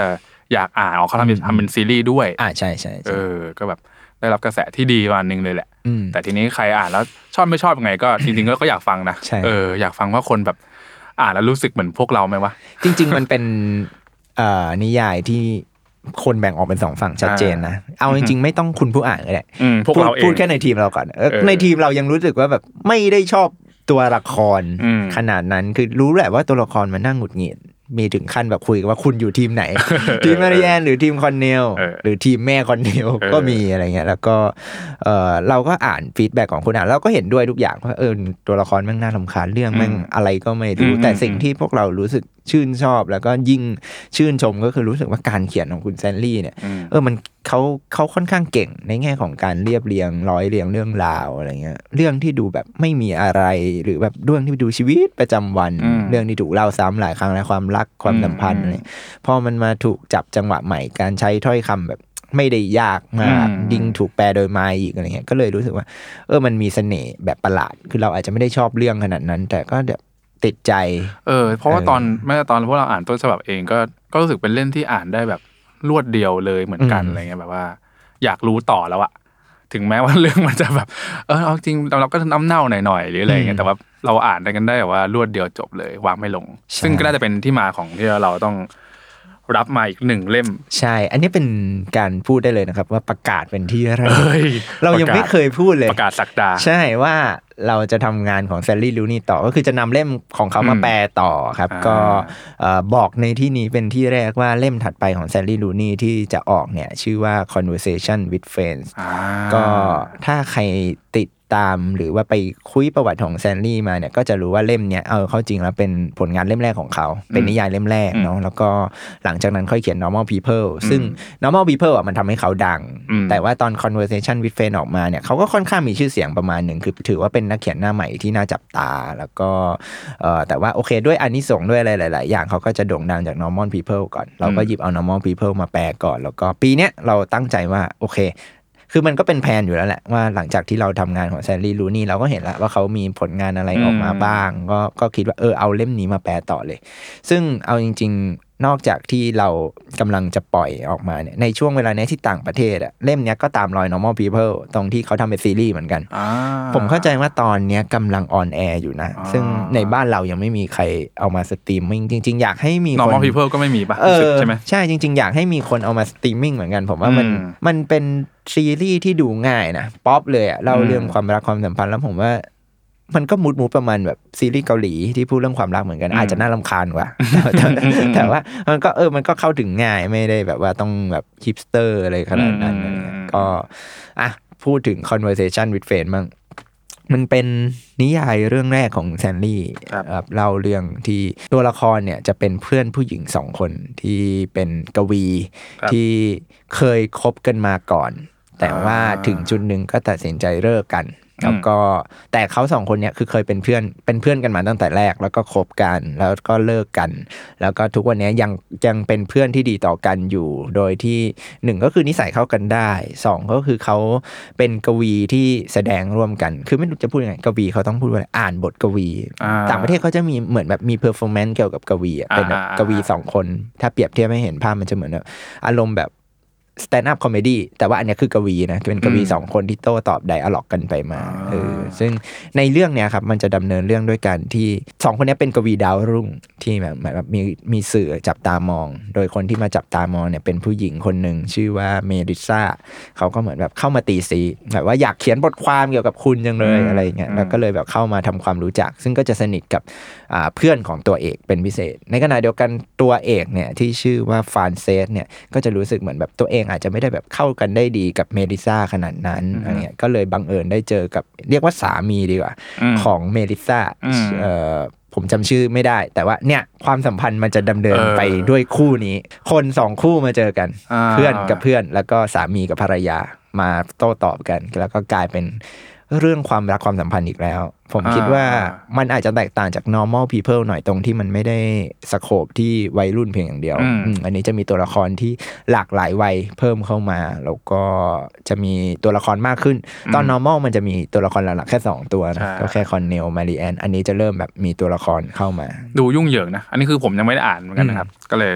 อยากอ่านอ๋อเขาทำทำเป็นซีรีส์ด้วยอ่าใช่ใช่เออก็แบบได้รับกระแสที่ดีวันนึงเลยแหละแต่ทีนี้ใครอ่านแล้วชอบไม่ชอบยังไงก็จริงๆก็อยากฟังนะเอออยากฟังว่าคนแบบอ่านแล้วรู้สึกเหมือนพวกเราไหมวะจริงๆมันเป็นเอ่อนิยายที่คนแบ่งออกเป็นสองฝั่งชัดเจนนะเอาจริงๆไม่ต้องคุณผู้อ่านก็ได้พวกเราเองพูดแค่ในทีมเราก่อนในทีมเรายังรู้สึกว่าแบบไม่ได้ชอบตัวละครขนาดนั้นคือรู้แหละว่าตัวละครมันน่าหงุดหงิดมีถึงขั้นแบบคุยกันว่าคุณอยู่ทีมไหนทีมมาริแอนหรือทีมคอนเนลหรือทีมแม่คอนเนลก็มีอะไรเงี้ยแล้วก็เออเราก็อ่านฟีดแบ็กของคุณอ่านเราก็เห็นด้วยทุกอย่างว่าเออตัวละครแม่งน่ารำคาญเรื่องแม่งอะไรก็ไม่รู้แต่สิ่งที่พวกเรารู้สึกชื่นชอบแล้วก็ยิ่งชื่นชมก็คือรู้สึกว่าการเขียนของคุณแซนลี่เนี่ยเออมันเขาเขาค่อนข้างเก่งในแง่ของการเรียบเรียงร้อยเรียงเรื่องราวอะไรเงี้ยเรื่องที่ดูแบบไม่มีอะไรหรือแบบเรื่องที่ดูชีวิตประจำวันเรื่องที่ถูกเล่าซ้ำหลายครั้งและความรักความสัมพันธ์อะไรพอมันมาถูกจับจังหวะใหม่การใช้ถ้อยคำแบบไม่ได้ยากมากยิ่งถูกแปลโดยมาอีกอะไรเงี้ยก็เลยรู้สึกว่าเออมันมีเสน่ห์แบบประหลาดคือเราอาจจะไม่ได้ชอบเรื่องขนาดนั้นแต่ก็แบบติดใจเออเพราะว่าตอนแม้แต่ตอนพวกเราอ่านต้นฉบับเองก็ก็รู้สึกเป็นเล่มที่อ่านได้แบบรวดเดียวเลยเหมือนกันอะไรเงี้ยแบบว่าอยากรู้ต่อแล้วอะถึงแม้ว่าเรื่องมันจะแบบเออเอาจริงเราก็น้ำเน่าหน่อยๆหรืออะไรเงี้ยแต่ว่าเราอ่านได้กันได้แบบว่ารวดเดียวจบเลยวางไม่ลงซึ่งก็น่าจะเป็นที่มาของที่เราต้องรับมาอีกหนึ่งเล่มใช่อันนี้เป็นการพูดได้เลยนะครับว่าประกาศเป็นที่แรกเรายังไม่เคยพูดเลยประกาศสักดาใช่ว่าเราจะทำงานของแซลลี่ลูนี่ต่อก็คือจะนำเล่มของเขามาแปลต่อครับก็บอกในที่นี้เป็นที่แรกว่าเล่มถัดไปของแซลลี่ลูนี่ที่จะออกเนี่ยชื่อว่า Conversation with Friends ก็ถ้าใครติดตามหรือว่าไปคุยประวัติของแซนลี่มาเนี่ยก็จะรู้ว่าเล่มเนี้ยเอาเข้าจริงแล้วเป็นผลงานเล่มแรกของเขาเป็นนิยายเล่มแรกเนาะแล้วก็หลังจากนั้นค่อยเขียน normal people ซึ่ง normal people อ่ะมันทำให้เขาดังแต่ว่าตอน conversation with friends ออกมาเนี่ยเขาก็ค่อนข้างมีชื่อเสียงประมาณหนึ่งคือถือว่าเป็นนักเขียนหน้าใหม่ที่น่าจับตาแล้วก็เอ่อแต่ว่าโอเคด้วยอานิสงส์ด้วยอะไรหลายๆอย่างเขาก็จะโด่งดังจาก normal people ก่อนเราก็หยิบเอา normal people มาแปลก่อนแล้วก็ปีเนี้ยเราตั้งใจว่าโอเคคือมันก็เป็นแผนอยู่แล้วแหละว่าหลังจากที่เราทำงานของแซนลี่ลูนี่เราก็เห็นแล้วว่าเขามีผลงานอะไรออกมาบ้างก็ก็คิดว่าเออเอาเล่มนี้มาแปลต่อเลยซึ่งเอาจริงๆนอกจากที่เรากำลังจะปล่อยออกมาเนี่ยในช่วงเวลานี้ที่ต่างประเทศอะเล่มนี้ก็ตามรอย normal people ตรงที่เขาทำเป็นซีรีส์เหมือนกันผมเข้าใจว่าตอนนี้กำลังออนแอร์อยู่นะซึ่งในบ้านเรายังไม่มีใครเอามาสตรีมมิ่งจริงๆอยากให้มีคน normal people ก็ไม่มีป่ะใช่ไหมใช่จริงๆอยากให้มีคนเอามาสตรีมมิ่งเหมือนกันผมว่ามันมันเป็นซีรีส์ที่ดูง่ายนะป๊อปเลยอะเล่าเรื่องความรักความสัมพันธ์แล้วผมว่ามันก็มูดมูดประมาณแบบซีรีส์เกาหลีที่พูดเรื่องความรักเหมือนกันอาจจะน่ารำคาญกว่าแต่ว่ามันก็เออมันก็เข้าถึงง่ายไม่ได้แบบว่าต้องแบบฮิปสเตอร์อะไรขนาดนั้นก็อ่ะพูดถึง conversation with friends มั้งมันเป็นนิยายเรื่องแรกของแซนลี่ครับเล่าเรื่องที่ตัวละครเนี่ยจะเป็นเพื่อนผู้หญิงสองคนที่เป็นกวีที่เคยคบกันมาก่อนแต่ว่าถึงจุดหนึ่งก็ตัดสินใจเลิกกันแล้วก็แต่เขาสองคนเนี่ยคือเคยเป็นเพื่อนเป็นเพื่อนกันมาตั้งแต่แรกแล้วก็คบกันแล้วก็เลิกกันแล้วก็ทุกวันนี้ยังยังเป็นเพื่อนที่ดีต่อกันอยู่โดยที่หนึ่งก็คือนิสัยเข้ากันได้สองก็คือเขาเป็นกวีที่แสดงร่วมกันคือไม่รู้จะพูดยังไงกวีเขาต้องพูดว่าอ่านบทกวีต่างประเทศเขาจะมีเหมือนแบบมีเพอร์ฟอร์แมนซ์เกี่ยวกับกวีอ่ะเป็นแบบกวีสองคนถ้าเปรียบเทียบให้เห็นภาพมันจะเหมือนแบบอารมณ์แบบstand up comedy แต่ว่าอันนี้คือกวีนะเป็นกวีสองคนที่โต้ตอบไดอะล็อกกันไปมาเออซึ่งในเรื่องเนี้ยครับมันจะดำเนินเรื่องด้วยกันที่สองคนนี้เป็นกวีดาวรุ่งที่แบบแบบมีมีสื่อจับตามองโดยคนที่มาจับตามองเนี่ยเป็นผู้หญิงคนหนึ่งชื่อว่าเมริซ่าเขาก็เหมือนแบบเข้ามาตีสีแบบว่าอยากเขียนบทความเกี่ยวกับคุณจังเลยอะไรเงี้ยแล้วก็เลยแบบเข้ามาทำความรู้จักซึ่งก็จะสนิทกับเพื่อนของตัวเอกเป็นพิเศษในขณะเดียวกันตัวเอกเนี่ยที่ชื่อว่าฟรานเซสเนี่ยก็จะรู้สึกเหมือนแบบตัวเองอาจจะไม่ได้แบบเข้ากันได้ดีกับเมลิซ่าขนาดนั้นอะไรเงี้ยก็เลยบังเอิญได้เจอกับเรียกว่าสามีดีกว่าของเมลิซ่าเอ่อผมจำชื่อไม่ได้แต่ว่าเนี่ยความสัมพันธ์มันจะดำเนินไปด้วยคู่นี้คนสองคู่มาเจอกันเพื่อนกับเพื่อนแล้วก็สามีกับภรรยามาโต้ตอบกันแล้วก็กลายเป็นเรื่องความรักความสัมพันธ์อีกแล้วผมคิดว่ามันอาจจะแตกต่างจาก normal people หน่อยตรงที่มันไม่ได้สโคปที่วัยรุ่นเพียงอย่างเดียว อ, อันนี้จะมีตัวละครที่หลากหลายวัยเพิ่มเข้ามาแล้วก็จะมีตัวละครมากขึ้นตอน normal มันจะมีตัวละครหลักๆแค่สองตัวนะก็แค่คอนเนลมารีแอนอันนี้จะเริ่มแบบมีตัวละครเข้ามาดูยุ่งเหยิงนะอันนี้คือผมยังไม่ได้อ่านเหมือนกันนะครับก็เลย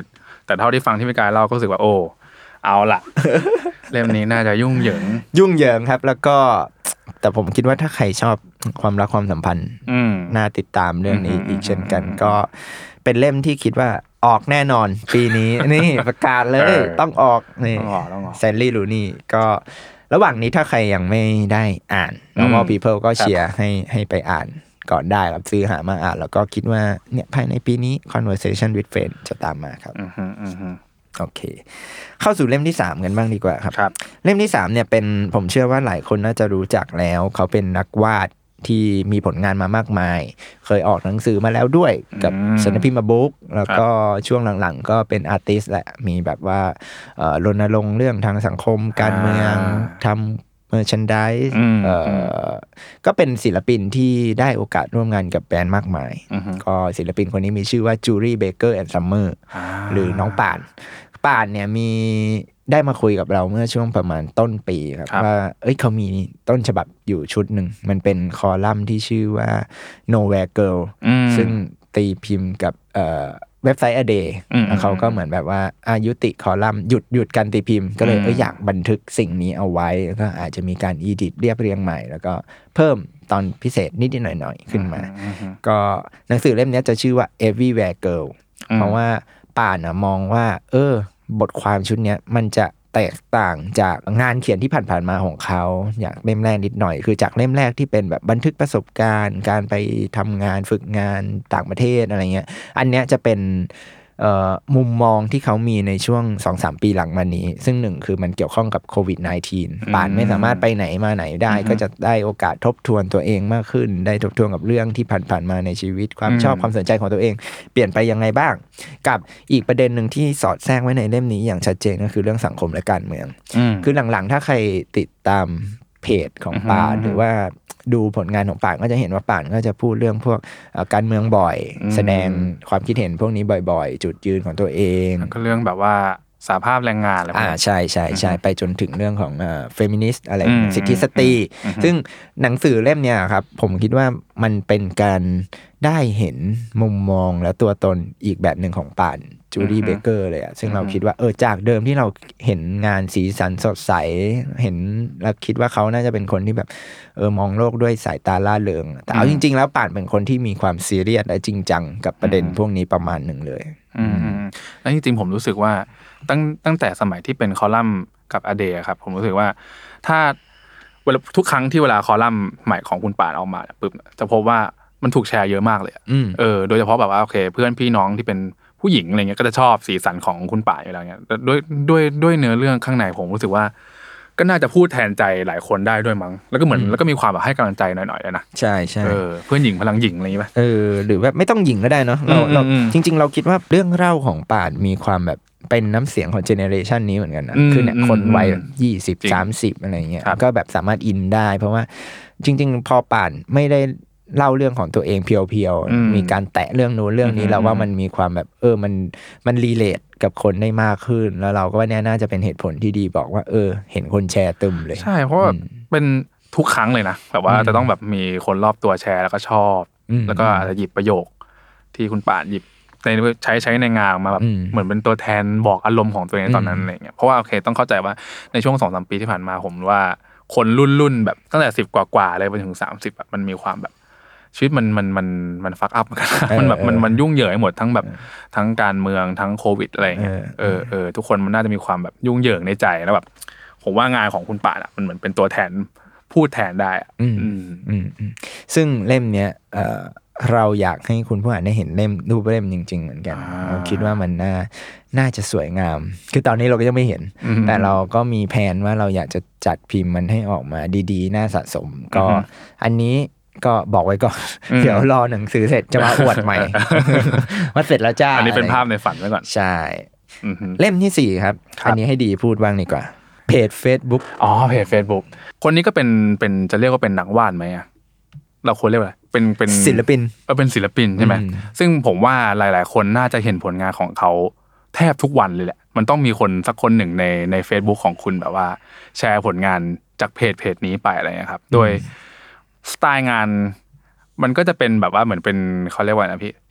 แต่เท่าที่ฟังที่พี่กายเล่าก็รู้สึกว่าโอ้เอาล่ะ เล่มนี้น่าจะยุ่งเหยิงยุ่งเหยิงครับแล้วก็แต่ผมคิดว่าถ้าใครชอบความรักความสัมพันธ์น่าติดตามเรื่องนี้อีกเช่นกันก็เป็นเล่มที่คิดว่าออกแน่นอนปีนี้ นี่ประกาศเลยต้องออกนี่แซนลี่ลูนี่ก็ระหว่างนี้ถ้าใครยังไม่ได้อ่าน Normal People ก็เชียร์ให้ให้ไปอ่านก่อนได้ครับซื้อหามาอ่านแล้วก็คิดว่าเนี่ยภายในปีนี้ Conversation with Friends จะตามมาครับโอเคเข้าสู่เล่มที่สามกันบ้างดีกว่าครับเล่มที่สามเนี่ยเป็นผมเชื่อว่าหลายคนน่าจะรู้จักแล้วเขาเป็นนักวาดที่มีผลงานมามากมายเคยออกหนังสือมาแล้วด้วยกับสำนักพิมพ์บุ๊กแล้วก็ช่วงหลังๆก็เป็นอาร์ติสต์แหละมีแบบว่ารณรงค์เรื่องทางสังคมการเมืองทำเมอร์แชนไดส์ก็เป็นศิลปินที่ได้โอกาสร่วมงานกับแบรนด์มากมายก็ศิลปินคนนี้มีชื่อว่าจูรี่เบเกอร์แอนด์ซัมเมอร์หรือน้องป่านป่านเนี่ยมีได้มาคุยกับเราเมื่อช่วงประมาณต้นปีครับว่าเอ้ยเขามีต้นฉบับอยู่ชุดหนึ่งมันเป็นคอลัมน์ที่ชื่อว่า Nowhere Girl ซึ่งตีพิมพ์กับเอ่อเว็บไซต์ A Day แล้วเขาก็เหมือนแบบว่าอายุติคอลัมน์หยุดหยุดการตีพิมพ์ก็เลยเอ้ยอยากบันทึกสิ่งนี้เอาไว้แล้วก็อาจจะมีการอีดิทเรียบเรียงใหม่แล้วก็เพิ่มตอนพิเศษนิดๆหน่อยๆขึ้นมาก็หนังสือเล่มนี้จะชื่อว่า Everywhere Girl เพราะว่าป่านนะมองว่าเออบทความชุดนี้มันจะแตกต่างจากงานเขียนที่ผ่านๆมาของเขาอยากเล่มแรกนิดหน่อยคือจากเล่มแรกที่เป็นแบบบันทึกประสบการณ์การไปทำงานฝึกงานต่างประเทศอะไรเงี้ยอันเนี้ยจะเป็นมุมมองที่เขามีในช่วง สองถึงสาม ปีหลังมานี้ซึ่งหนึ่งคือมันเกี่ยวข้องกับโควิด สิบเก้า ป่านไม่สามารถไปไหนมาไหนได้ก็จะได้โอกาสทบทวนตัวเองมากขึ้นได้ทบทวนกับเรื่องที่ผ่านๆมาในชีวิตความชอบความสนใจของตัวเองเปลี่ยนไปยังไงบ้างกับอีกประเด็นหนึ่งที่สอดแทรกไว้ในเล่มนี้อย่างชัดเจนก็คือเรื่องสังคมและการเมืองคือหลังๆถ้าใครติดตามเพจของป่านหรือว่าดูผลงานของป่านก็จะเห็นว่าป่านก็จะพูดเรื่องพวกการเมืองบ่อยแสดงความคิดเห็นพวกนี้บ่อยๆจุดยืนของตัวเองก็เรื่องแบบว่าสหภาพแรงงานอะไรอ่าใช่ใช่ใช่ไปจนถึงเรื่องของเอ่อเฟมินิสต์อะไรสิทธิสตรีซึ่งหนังสือเล่มเนี้ยครับผมคิดว่ามันเป็นการได้เห็นมุมมองและตัวตนอีกแบบหนึ่งของป่านจูดี้เบเกอร์เลยอ่ะซึ่งเราคิดว่าเออจากเดิมที่เราเห็นงานสีสันสดใสเห็นแล้วคิดว่าเขาน่าจะเป็นคนที่แบบเออมองโลกด้วยสายตาล่าเริงแต่เอาจริงๆแล้วป่านเป็นคนที่มีความซีเรียสและจริงจังกับประเด็นพวกนี้ประมาณหนึ่งเลยอืมแล้วจริงๆผมรู้สึกว่าตั้งตั้งแต่สมัยที่เป็นคอลัมน์กับอเดย์ครับผมรู้สึกว่าถ้าเวลาทุกครั้งที่เวลาคอลัมน์ใหม่ของคุณป่านออกมาปุ๊บจะพบว่ามันถูกแชร์เยอะมากเลยเออโดยเฉพาะแบบว่าโอเคเพื่อนพี่น้องที่เป็นผู้หญิงอะไรเงี้ยก็จะชอบสีสันของคุณป่านอยู่แล้วเงี้ยด้วยด้วยด้วยเนื้อเรื่องข้างในผมรู้สึกว่าก็น่าจะพูดแทนใจหลายคนได้ด้วยมั้งแล้วก็เหมือนแล้วก็มีความแบบให้กำลังใจหน่อยๆเลยนะใช่ใช่เออเพื่อนหญิงพลังหญิงอะไรอย่างงี้ป่ะเออหรือแบบไม่ต้องหญิงก็ได้เนาะเราเราจริงๆเราคิดว่าเรื่องเล่าของป่านมีความแบบเป็นน้ำเสียงของเจเนอเรชันนี้เหมือนกันนะคือเนี่ยคนวัยยี่สิบ สามสิบอะไรเงี้ยก็แบบสามารถอินได้เพราะว่าจริงๆพอป่านไม่ได้เล่าเรื่องของตัวเองเพียวๆมีการแตะเรื่องนู้นเรื่องนี้เราว่ามันมีความแบบเออมันมันรีเลทกับคนได้มากขึ้นแล้วเราก็ว่าเนี่ยน่าจะเป็นเหตุผลที่ดีบอกว่าเออเห็นคนแชร์ตึมเลยใช่เพราะว่าเป็นทุกครั้งเลยนะแบบว่าจะต้องแบบมีคนรอบตัวแชร์แล้วก็ชอบแล้วก็อาจจะหยิบประโยคที่คุณป่านหยิบในใช้ใช้ในงานมาแบบเหมือนเป็นตัวแทนบอกอารมณ์ของตัวเองตอนนั้นอะไรเงี้ยเพราะว่าโอเคต้องเข้าใจว่าในช่วง สองถึงสาม ปีที่ผ่านมาผมว่าคนรุ่นๆแบบตั้งแต่สิบกว่าๆเลยไปถึงสามสิบแบบมันมีความแบบชีวิตมันมันมันมันฟักอัพกันมันแบบมันมันยุ่งเหยิงหมดทั้งแบบทั้งการเมืองทั้งโควิดอะไรเงี้ยเออเออทุกคนมันน่าจะมีความแบบยุ่งเหยิงในใจแล้วแบบผมว่างานของคุณป่านอ่ะมันเหมือนเป็นตัวแทนพูดแทนได้อ่ะอืมอืมซึ่งเล่มเนี้ยเอ่อเราอยากให้คุณผู้อ่านได้เห็นเล่มรูปเล่มจริงๆเหมือนกันเราคิดว่ามันน่าน่าจะสวยงามคือตอนนี้เราก็ยังไม่เห็นแต่เราก็มีแผนว่าเราอยากจะจัดพิมพ์มันให้ออกมาดีๆน่าสะสมก็อันนี้ก็บอกไว้ก่อนเดี๋ยวรอหนังสือเสร็จจะมาอวดใหม่ว่าเสร็จแล้วจ้าอันนี้เป็นภาพในฝันไว้ก่อนใช่เล่มที่สี่ครับอันนี้ให้ดีพูดบ้างดีกว่าเพจ Facebook อ๋อเพจ Facebook คนนี้ก็เป็นเป็นจะเรียกว่าเป็นนักวาดไหมอ่ะเราควรเรียกว่าเป็นเป็นศิลปินเออเป็นศิลปินใช่ไหมซึ่งผมว่าหลายๆคนน่าจะเห็นผลงานของเขาแทบทุกวันเลยแหละมันต้องมีคนสักคนหนึ่งในใน Facebook ของคุณแบบว่าแชร์ผลงานจากเพจเพจนี้ไปอะไรเงี้ยครับโดยสไตล์งานมันก็จะเป็นแบบว่าเหมือนเป็นเขาเรียกว่านะพี่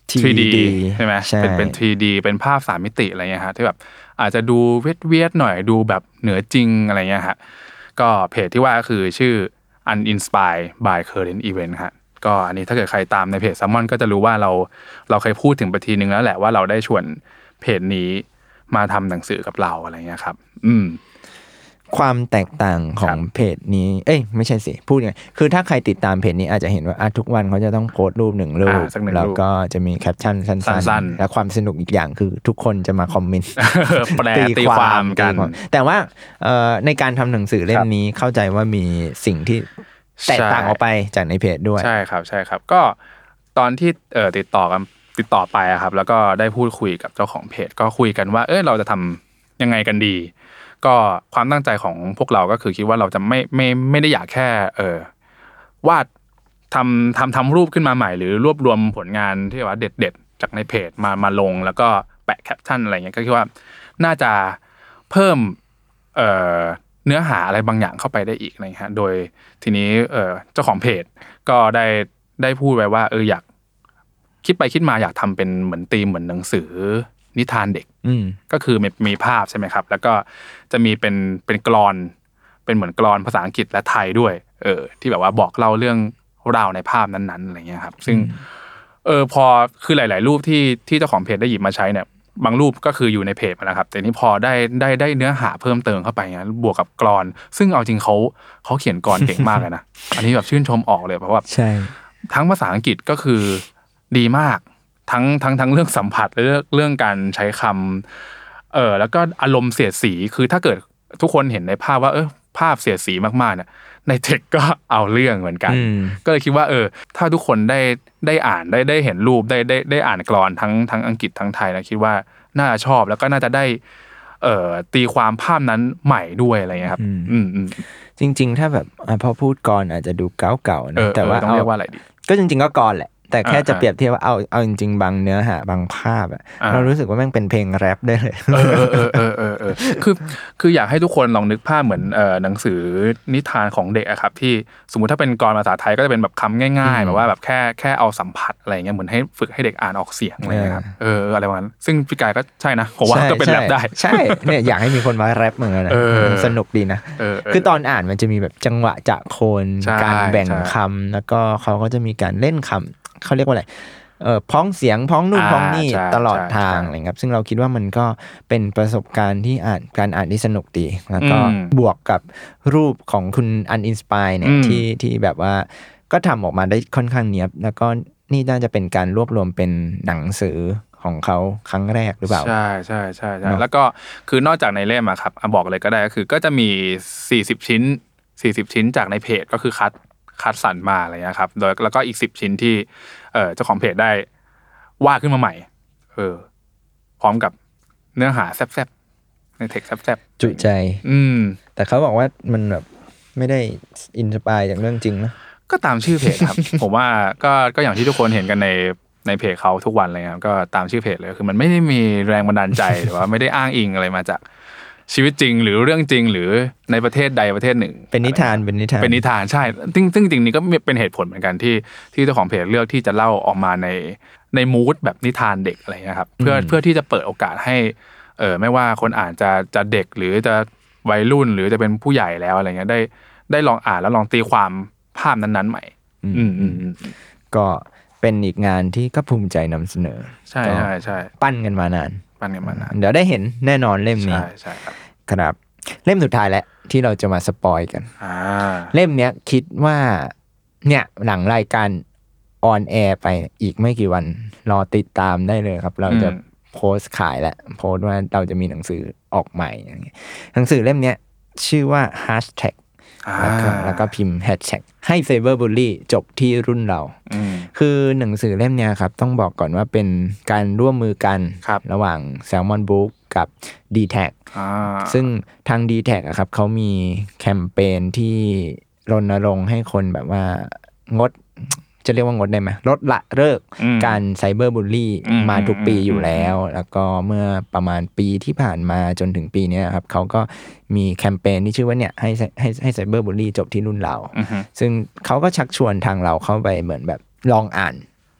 ทรี ดี ใช่ไหมเป็นเป็น ทรี ดี เป็นภาพสามมิติอะไรเงี้ยฮะที่แบบอาจจะดูเวียดๆหน่อยดูแบบเหนือจริงอะไรเงี้ยฮะก็เพจที่ว่าก็คือชื่อ Uninspired by Current Event ฮะก็อันนี้ถ้าเกิดใครตามในเพจ Salmon ก็จะรู้ว่าเราเราเคยพูดถึงไปทีนึงแล้วแหละว่าเราได้ชวนเพจนี้มาทำหนังสือกับเราอะไรเงี้ยครับอืมความแตกต่างของเพจนี้เอ้ยไม่ใช่สิพูดยังไงคือถ้าใครติดตามเพจนี้อาจจะเห็นว่าทุกวันเขาจะต้องโพสต์รูปหนึ่งรูปแล้วก็จะมีแคปชั่นสั้นๆและความสนุกอีกอย่างคือทุกคนจะมาคอมเมนต์แปลตีความกันแต่ว่าในการทำหนังสือเล่มนี้เข้าใจว่ามีสิ่งที่แตกต่างออกไปจากในเพจด้วยใช่ครับใช่ครับก็ตอนที่ติดต่อกันติดต่อไปครับแล้วก็ได้พูดคุยกับเจ้าของเพจก็คุยกันว่าเออเราจะทำยังไงกันดีก็ความตั้งใจของพวกเราก็คือคิดว่าเราจะไม่ไม่ไม่ได้อยากแค่เออวาดทำทำทำรูปขึ้นมาใหม่หรือรวบรวมผลงานที่ว่าเด็ดๆจากในเพจมามาลงแล้วก็แปะแคปชั่นอะไรเงี้ยก็คิดว่าน่าจะเพิ่มเอ่อเนื้อหาอะไรบางอย่างเข้าไปได้อีกอะไรเงี้ยโดยทีนี้เอ่อเจ้าของเพจก็ได้ได้พูดไว้ว่าเอออยากคิดไปคิดมาอยากทำเป็นเหมือนธีมเหมือนหนังสือนิทานเด็กก็คือมีภาพใช่ไหมครับแล้วก็จะมีเป็นเป็นกลอนเป็นเหมือนกลอนภาษาอังกฤษและไทยด้วยเออที่แบบว่าบอกเล่าเรื่องราวในภาพนั้นๆอะไรเงี้ยครับซึ่งเออพอคือหลายๆรูปที่ที่เจ้าของเพจได้หยิบมาใช้เนี่ยบางรูปก็คืออยู่ในเพจนะครับแต่นี่พอได้ได้ได้เนื้อหาเพิ่มเติมเข้าไปเงี้ยบวกกับกลอนซึ่งเอาจริงเขาเขาเขียนกลอนเก่งมากเลยนะอันนี้แบบชื่นชมออกเลยเพราะว่าใช่ทั้งภาษาอังกฤษก็คือดีมากทั้งทั้งทั้งเรื่องสัมผัสเรื่องเรื่องการใช้คำเออแล้วก็อารมณ์เสียดสีคือถ้าเกิดทุกคนเห็นในภาพว่าเออภาพเสียดสีมากๆเนี่ยในเทคก็เอาเรื่องเหมือนกันก็เลยคิดว่าเออถ้าทุกคนได้ได้อ่านได้ได้เห็นรูปได้ได้ได้อ่านกลอนทั้งทั้งอังกฤษทั้งไทยนะคิดว่าน่าจะชอบแล้วก็น่าจะได้เอ่อตีความภาพนั้นใหม่ด้วยอะไรเงี้ยครับอืมจริงๆถ้าแบบพอพูดกลอนอาจจะดูเก่าๆนะแต่ว่าต้องเรียกว่าอะไรดีก็จริงๆก็กลอนแหละแต่แค่จะเปรียบเทียบว่าเอาเอาจริงๆบางเนื้อหาบางภาพอ่ะเรารู้สึกว่าแม่งเป็นเพลงแรปได้เลยเออเออเออเออเออคือคืออยากให้ทุกคนลองนึกภาพเหมือนเอ่อหนังสือนิทานของเด็กอะครับที่สมมุติถ้าเป็นกลอนภาษาไทยก็จะเป็นแบบคำง่ายๆแบบว่าแบบแค่แค่เอาสัมผัสอะไรเงี้ยเหมือนให้ฝึกให้เด็กอ่านออกเสียงอะไรเงี้ยครับเอออะไรประมาณนั้นซึ่งพี่กายก็ใช่นะผมว่าก็เป็นแรปได้ใช่เนี่ยอยากให้มีคนมาแรปเหมือนกันสนุกดีนะคือตอนอ่านมันจะมีแบบจังหวะจะโคนการแบ่งคำแล้วก็เขาก็จะมีการเล่นคำเขาเรียกว่าอะไรเออพ้องเสียงพ้องนู่นพ้องนี่ตลอดทางอะไรครับซึ่งเราคิดว่ามันก็เป็นประสบการณ์ที่อ่านการอ่านที่สนุกดีแล้วก็บวกกับรูปของคุณ Uninspired เนี่ยที่ที่แบบว่าก็ทำออกมาได้ค่อนข้างเนียบแล้วก็นี่น่าจะเป็นการรวบรวมเป็นหนังสือของเขาครั้งแรกหรือเปล่าใช่ใช่ใช่ใช่แล้วก็คือนอกจากในเล่มอะครับบอกเลยก็ได้ก็คือก็จะมีสี่สิบชิ้นสี่สิบชิ้นจากในเพจก็คือคัดคัดสรรมาอะไรเงี้ยครับโดยแล้วก็อีกสิบชิ้นที่เอ่อเจ้าของเพจได้วาดขึ้นมาใหม่เออพร้อมกับเนื้อหาแซ่บๆในเทคแซ่บๆจุใจอืมแต่เขาบอกว่ามันแบบไม่ได้อินสปายจากเรื่องจริงนะก็ตามชื่อเพจครับ ผมว่าก็ก็อย่างที่ทุกคนเห็นกันในในเพจเขาทุกวันเลยครับก็ตามชื่อเพจเลยคือมันไม่ได้มีแรงบันดาลใจหรือว่าไม่ได้อ้างอิงอะไรมาจากชีวิตจริงหรือเรื่องจริงหรือในประเทศใดประเทศหนึ่งเป็นนิทานเป็นนิทานเป็นนิทานใช่ซึ่งซึ่งจริงนี้ก็เป็นเหตุผลเหมือนกันที่ที่เจ้าของเพจเลือกที่จะเล่าออกมาในในมูดแบบนิทานเด็กอะไรนะครับเพื่อเพื่อที่จะเปิดโอกาสให้เออไม่ว่าคนอ่านจะจะเด็กหรือจะวัยรุ่นหรือจะเป็นผู้ใหญ่แล้วอะไรเงี้ยได้ได้ลองอ่านแล้วลองตีความภาพนั้นๆใหม่อืมอืมก็เป็นอีกงานที่ก็ภูมิใจนำเสนอใช่ใช่ใช่ปั้นกันมานานปั้นกันมานานเดี๋ยวได้เห็นแน่นอนเล่มนี้ใช่ใช่ครับครับเล่มสุดท้ายแล้วที่เราจะมาสปอยกันเล่มเนี้ยคิดว่าเนี่ยหลังรายการออนแอร์ไปอีกไม่กี่วันรอติดตามได้เลยครับเราจะโพสต์ขายแล้วโพสต์ว่าเราจะมีหนังสือออกใหม่อย่างเงี้ยหนังสือเล่มเนี้ยชื่อว่า hashtag แล้วก็แล้วก็พิมพ์ hashtag ให้ Cyberbully จบที่รุ่นเราคือหนังสือเล่มเนี้ยครับต้องบอกก่อนว่าเป็นการร่วมมือกันรระหว่าง Salmon Book กับ ดี แท็ก ซึ่งทาง ดี แท็ก อะครับเขามีแคมเปญที่รณรงค์ให้คนแบบว่างดจะเรียกว่างดได้ไหมลดละเลิกการไซเบอร์บูลลี่มาทุกปีอยู่แล้วแล้วก็เมื่อประมาณปีที่ผ่านมาจนถึงปีนี้ครับเขาก็มีแคมเปญที่ชื่อว่าเนี่ยให้ให้ให้ไซเบอร์บูลลี่จบที่รุ่นเราซึ่งเขาก็ชักชวนทางเราเข้าไปเหมือนแบบลองอ่าน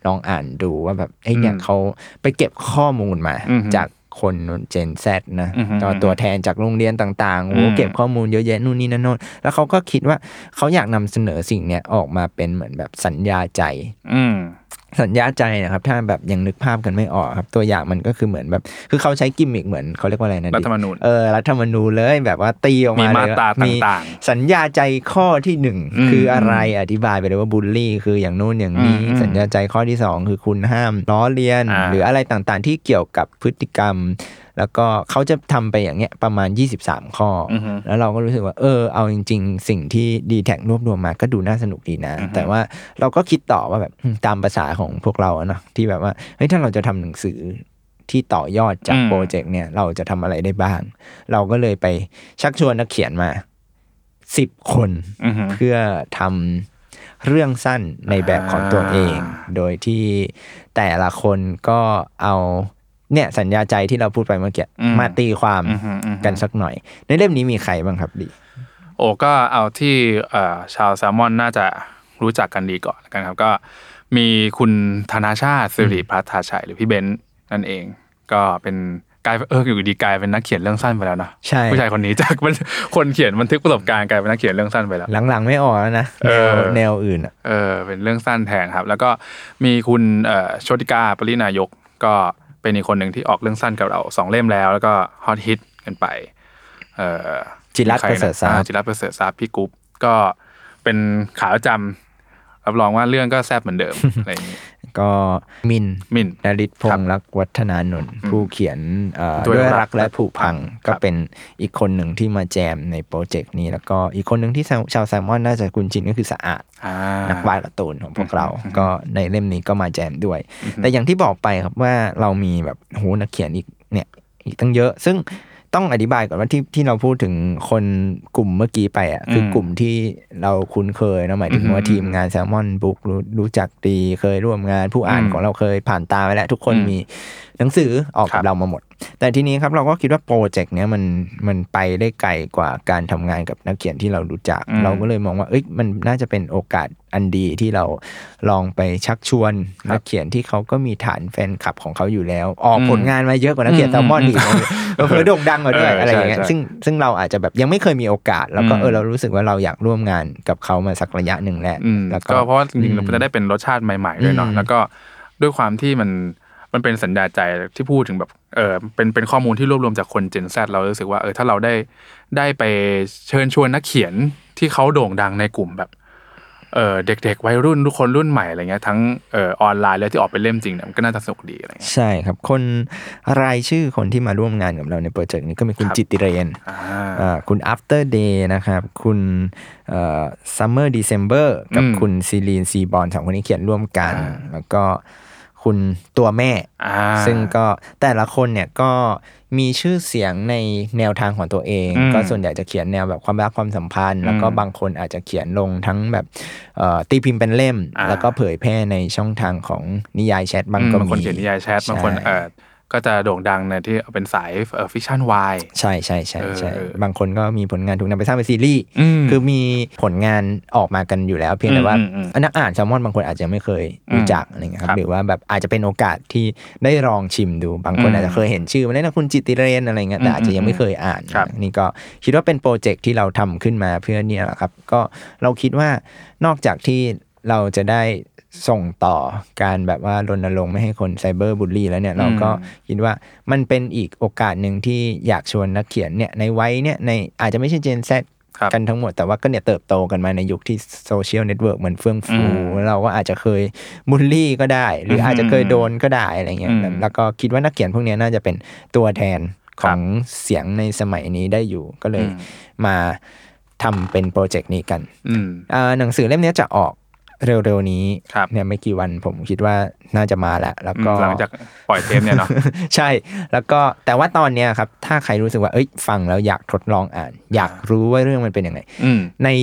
ลองอ่านดูว่าแบบไอ้เนี่ยเขาไปเก็บข้อมูลมาจากคนเจน Z นะตัวแทนจากโรงเรียนต่างๆโอ้เก็บข้อมูลเยอะแยะนู่นนี่นั่นโน่นแล้วเขาก็คิดว่าเขาอยากนำเสนอสิ่งเนี้ยออกมาเป็นเหมือนแบบสัญญาใจสัญญาใจนะครับถ้าแบบยังนึกภาพกันไม่ออกครับตัวอย่างมันก็คือเหมือนแบบคือเขาใช้กิมมิกเหมือนเขาเรียกว่าอะไรนะรัฐธรรมนูญเออรัฐธรรมนูญเลยแบบว่าตีออกมาเลยมีมาตราต่างๆสัญญาใจข้อที่หนึ่งคืออะไรอธิบายไปเลยว่าบูลลี่คืออย่างนู้นอย่างนี้สัญญาใจข้อที่สองคือคุณห้ามล้อเลียนหรืออะไรต่างๆที่เกี่ยวกับพฤติกรรมแล้วก็เขาจะทำไปอย่างเงี้ยประมาณยี่สิบสามข้อแล้วเราก็รู้สึกว่าเออเอาจริงๆสิ่งที่ ดี แท็ก รวบรวมมาก็ดูน่าสนุกดีนะแต่ว่าเราก็คิดต่อว่าแบบตามภาษาของพวกเราเนาะที่แบบว่าเฮ้ยถ้าเราจะทำหนังสือที่ต่อยอดจากโปรเจกต์เนี่ยเราจะทำอะไรได้บ้างเราก็เลยไปชักชวนนักเขียนมาสิบคนเพื่อทำเรื่องสั้นในแบบของตัวเองโดยที่แต่ละคนก็เอาเนี่ยสัญญาใจที่เราพูดไปเมื่อกี้มาตีความกันสักหน่อยในเล่มนี้มีใครบ้างครับดีโอ้ก็เอาที่ชาวแซลมอนน่าจะรู้จักกันดีก่อนกันครับก็มีคุณธนาชาติสิริพัฒนาชัยหรือพี่เบนซ์นั่นเองก็เป็นกลายเอออยู่ดีกลายเป็นนักเขียนเรื่องสั้นไปแล้วนะผู้ชายคนนี้จากคนเขียนบันทึกประสบการณ์กลายเป็นนักเขียนเรื่องสั้นไปแล้วหลังๆไม่ออกแล้วนะแนวแนวอื่นอ่ะเออเป็นเรื่องสั้นแทนครับแล้วก็มีคุณโชติกาปรินายกก็เป็นอีกคนหนึ่งที่ออกเรื่องสั้นกับเราสองเล่มแล้วแล้วก็ฮอตฮิตกันไปเอ่อจิรัตน์ประเสริฐทรัพย์จิรัตน์ประเสริฐทรัพย์พี่กุ๊บก็เป็นขาประจำรับรองว่าเรื่องก็แซ่บเหมือนเดิมอะไรอย่างนี้ก็มินมินนฤทธิ์พงษ์รักวัฒนานนท์ผู้เขียนด้วยรักและผูกพังก็เป็นอีกคนหนึ่งที่มาแจมในโปรเจกต์นี้แล้วก็อีกคนหนึ่งที่ชาวแซลมอนน่าจะคุ้นชินก็คือสะอาดนักวาดการ์ตูนของพวกเราก็ในเล่มนี้ก็มาแจมด้วยแต่อย่างที่บอกไปครับว่าเรามีแบบโหนักเขียนอีกเนี่ยอีกตั้งเยอะซึ่งต้องอธิบายก่อนว่าที่ที่เราพูดถึงคนกลุ่มเมื่อกี้ไปอ่ะคือกลุ่มที่เราคุ้นเคยนะหมายถึงว่าทีมงานแซลมอนบุ๊กรู้รู้จักดีเคยร่วมงานผู้อ่านของเราเคยผ่านตาไปแล้วทุกคนมีหนังสือออกกับเรามาหมดแต่ทีนี้ครับเราก็คิดว่าโปรเจกต์เนี้ยมันมันไปได้ไกลกว่าการทำงานกับนักเขียนที่เรารู้จักเราก็เลยมองว่าเอ้ยมันน่าจะเป็นโอกาสอันดีที่เราลองไปชักชวนนักเขียนที่เขาก็มีฐานแฟนคลับของเขาอยู่แล้วออกผลงานมาเยอะกว่านักเขียนแซลมอนอีกเพื่อโด่งดังกว่าด้วยอะไรอย่างเงี้ยซึ่งซึ่งเราอาจจะแบบยังไม่เคยมีโอกาสแล้วก็เออเรารู้สึกว่าเราอยากร่วมงานกับเขามาสักระยะหนึ่งแล้วแล้วก็เพราะว่าจริงๆเราจะได้เป็นรสชาติใหม่ๆด้วยเนาะแล้วก็ด้วยความที่มันมันเป็นสัญญาใจที่พูดถึงแบบเออเป็นเป็นข้อมูลที่รวบรวมจากคน Gen Z เรารู้สึกว่าเออถ้าเราได้ได้ไปเชิญชวนนักเขียนที่เขาโด่งดังในกลุ่มแบบเออเด็กๆวัยรุ่นทุกคนรุ่นใหม่อะไรเงี้ยทั้งเอ่อออนไลน์และที่ออกเป็นเล่มจริงเนี่ยมันก็น่าจะสนุกดีอะไรเงี้ยใช่ครับคนรายชื่อคนที่มาร่วมงานกับเราในโปรเจกต์นี้ก็มีคุณจิตติเรนอ่าคุณ After Day นะครับคุณเอ่อ Summer December กับคุณซีลีนซีบอนสองคนนี้เขียนร่วมกันแล้วก็คุณตัวแม่ซึ่งก็แต่ละคนเนี่ยก็มีชื่อเสียงในแนวทางของตัวเองก็ส่วนใหญ่จะเขียนแนวแบบความรักความสัมพันธ์แล้วก็บางคนอาจจะเขียนลงทั้งแบบตีพิมพ์เป็นเล่มแล้วก็เผยแพร่ในช่องทางของนิยายแชทบางก็มีบางคนเขียนนิยายแชทบางคนเอ่อก็จะโด่งดังในที่เป็นสายเอ่อฟิกชั่นวายใช่ใช่ใช่ใช่บางคนก็มีผลงานถูกนำไปสร้างเป็นซีรีส์คือมีผลงานออกมากันอยู่แล้วเพียงแต่ว่านักอ่านแซลมอนบางคนอาจจะไม่เคยรู้จักอะไรเงี้ยครับหรือว่าแบบอาจจะเป็นโอกาสที่ได้ลองชิมดูบางคนอาจจะเคยเห็นชื่อมาแล้วนะคุณจิตติเรนอะไรเงี้ยแต่อาจจะยังไม่เคยอ่านนี่ก็คิดว่าเป็นโปรเจกต์ที่เราทำขึ้นมาเพื่อเนี่ยแหละครับก็เราคิดว่านอกจากที่เราจะได้ส่งต่อการแบบว่ารณรงค์ไม่ให้คนไซเบอร์บูลลี่แล้วเนี่ยเราก็คิดว่ามันเป็นอีกโอกาสหนึ่งที่อยากชวนนักเขียนเนี่ยในวัยเนี่ยในอาจจะไม่ใช่ Gen Z กันทั้งหมดแต่ว่าก็เนี่ยเติบโตกันมาในยุคที่โซเชียลเน็ตเวิร์กมันเฟื่องฟูเราก็อาจจะเคยบูลลี่ก็ได้หรืออาจจะเคยโดนก็ได้อะไรเงี้ยแล้วก็คิดว่านักเขียนพวกนี้น่าจะเป็นตัวแทนของเสียงในสมัยนี้ได้อยู่ก็เลยมาทำเป็นโปรเจกต์นี้กันหนังสือเล่มนี้จะออกเร็วๆนี้เนี่ยไม่กี่วันผมคิดว่าน่าจะมาแล้วแล้วก็หลังจากปล่อยเทปเนี่ยเนาะใช่แล้วก็แต่ว่าตอนเนี้ยครับถ้าใครรู้สึกว่าเอ้ยฟังแล้วอยากทดลองอ่านอยากรู้ว่าเรื่องมันเป็นยังไงใน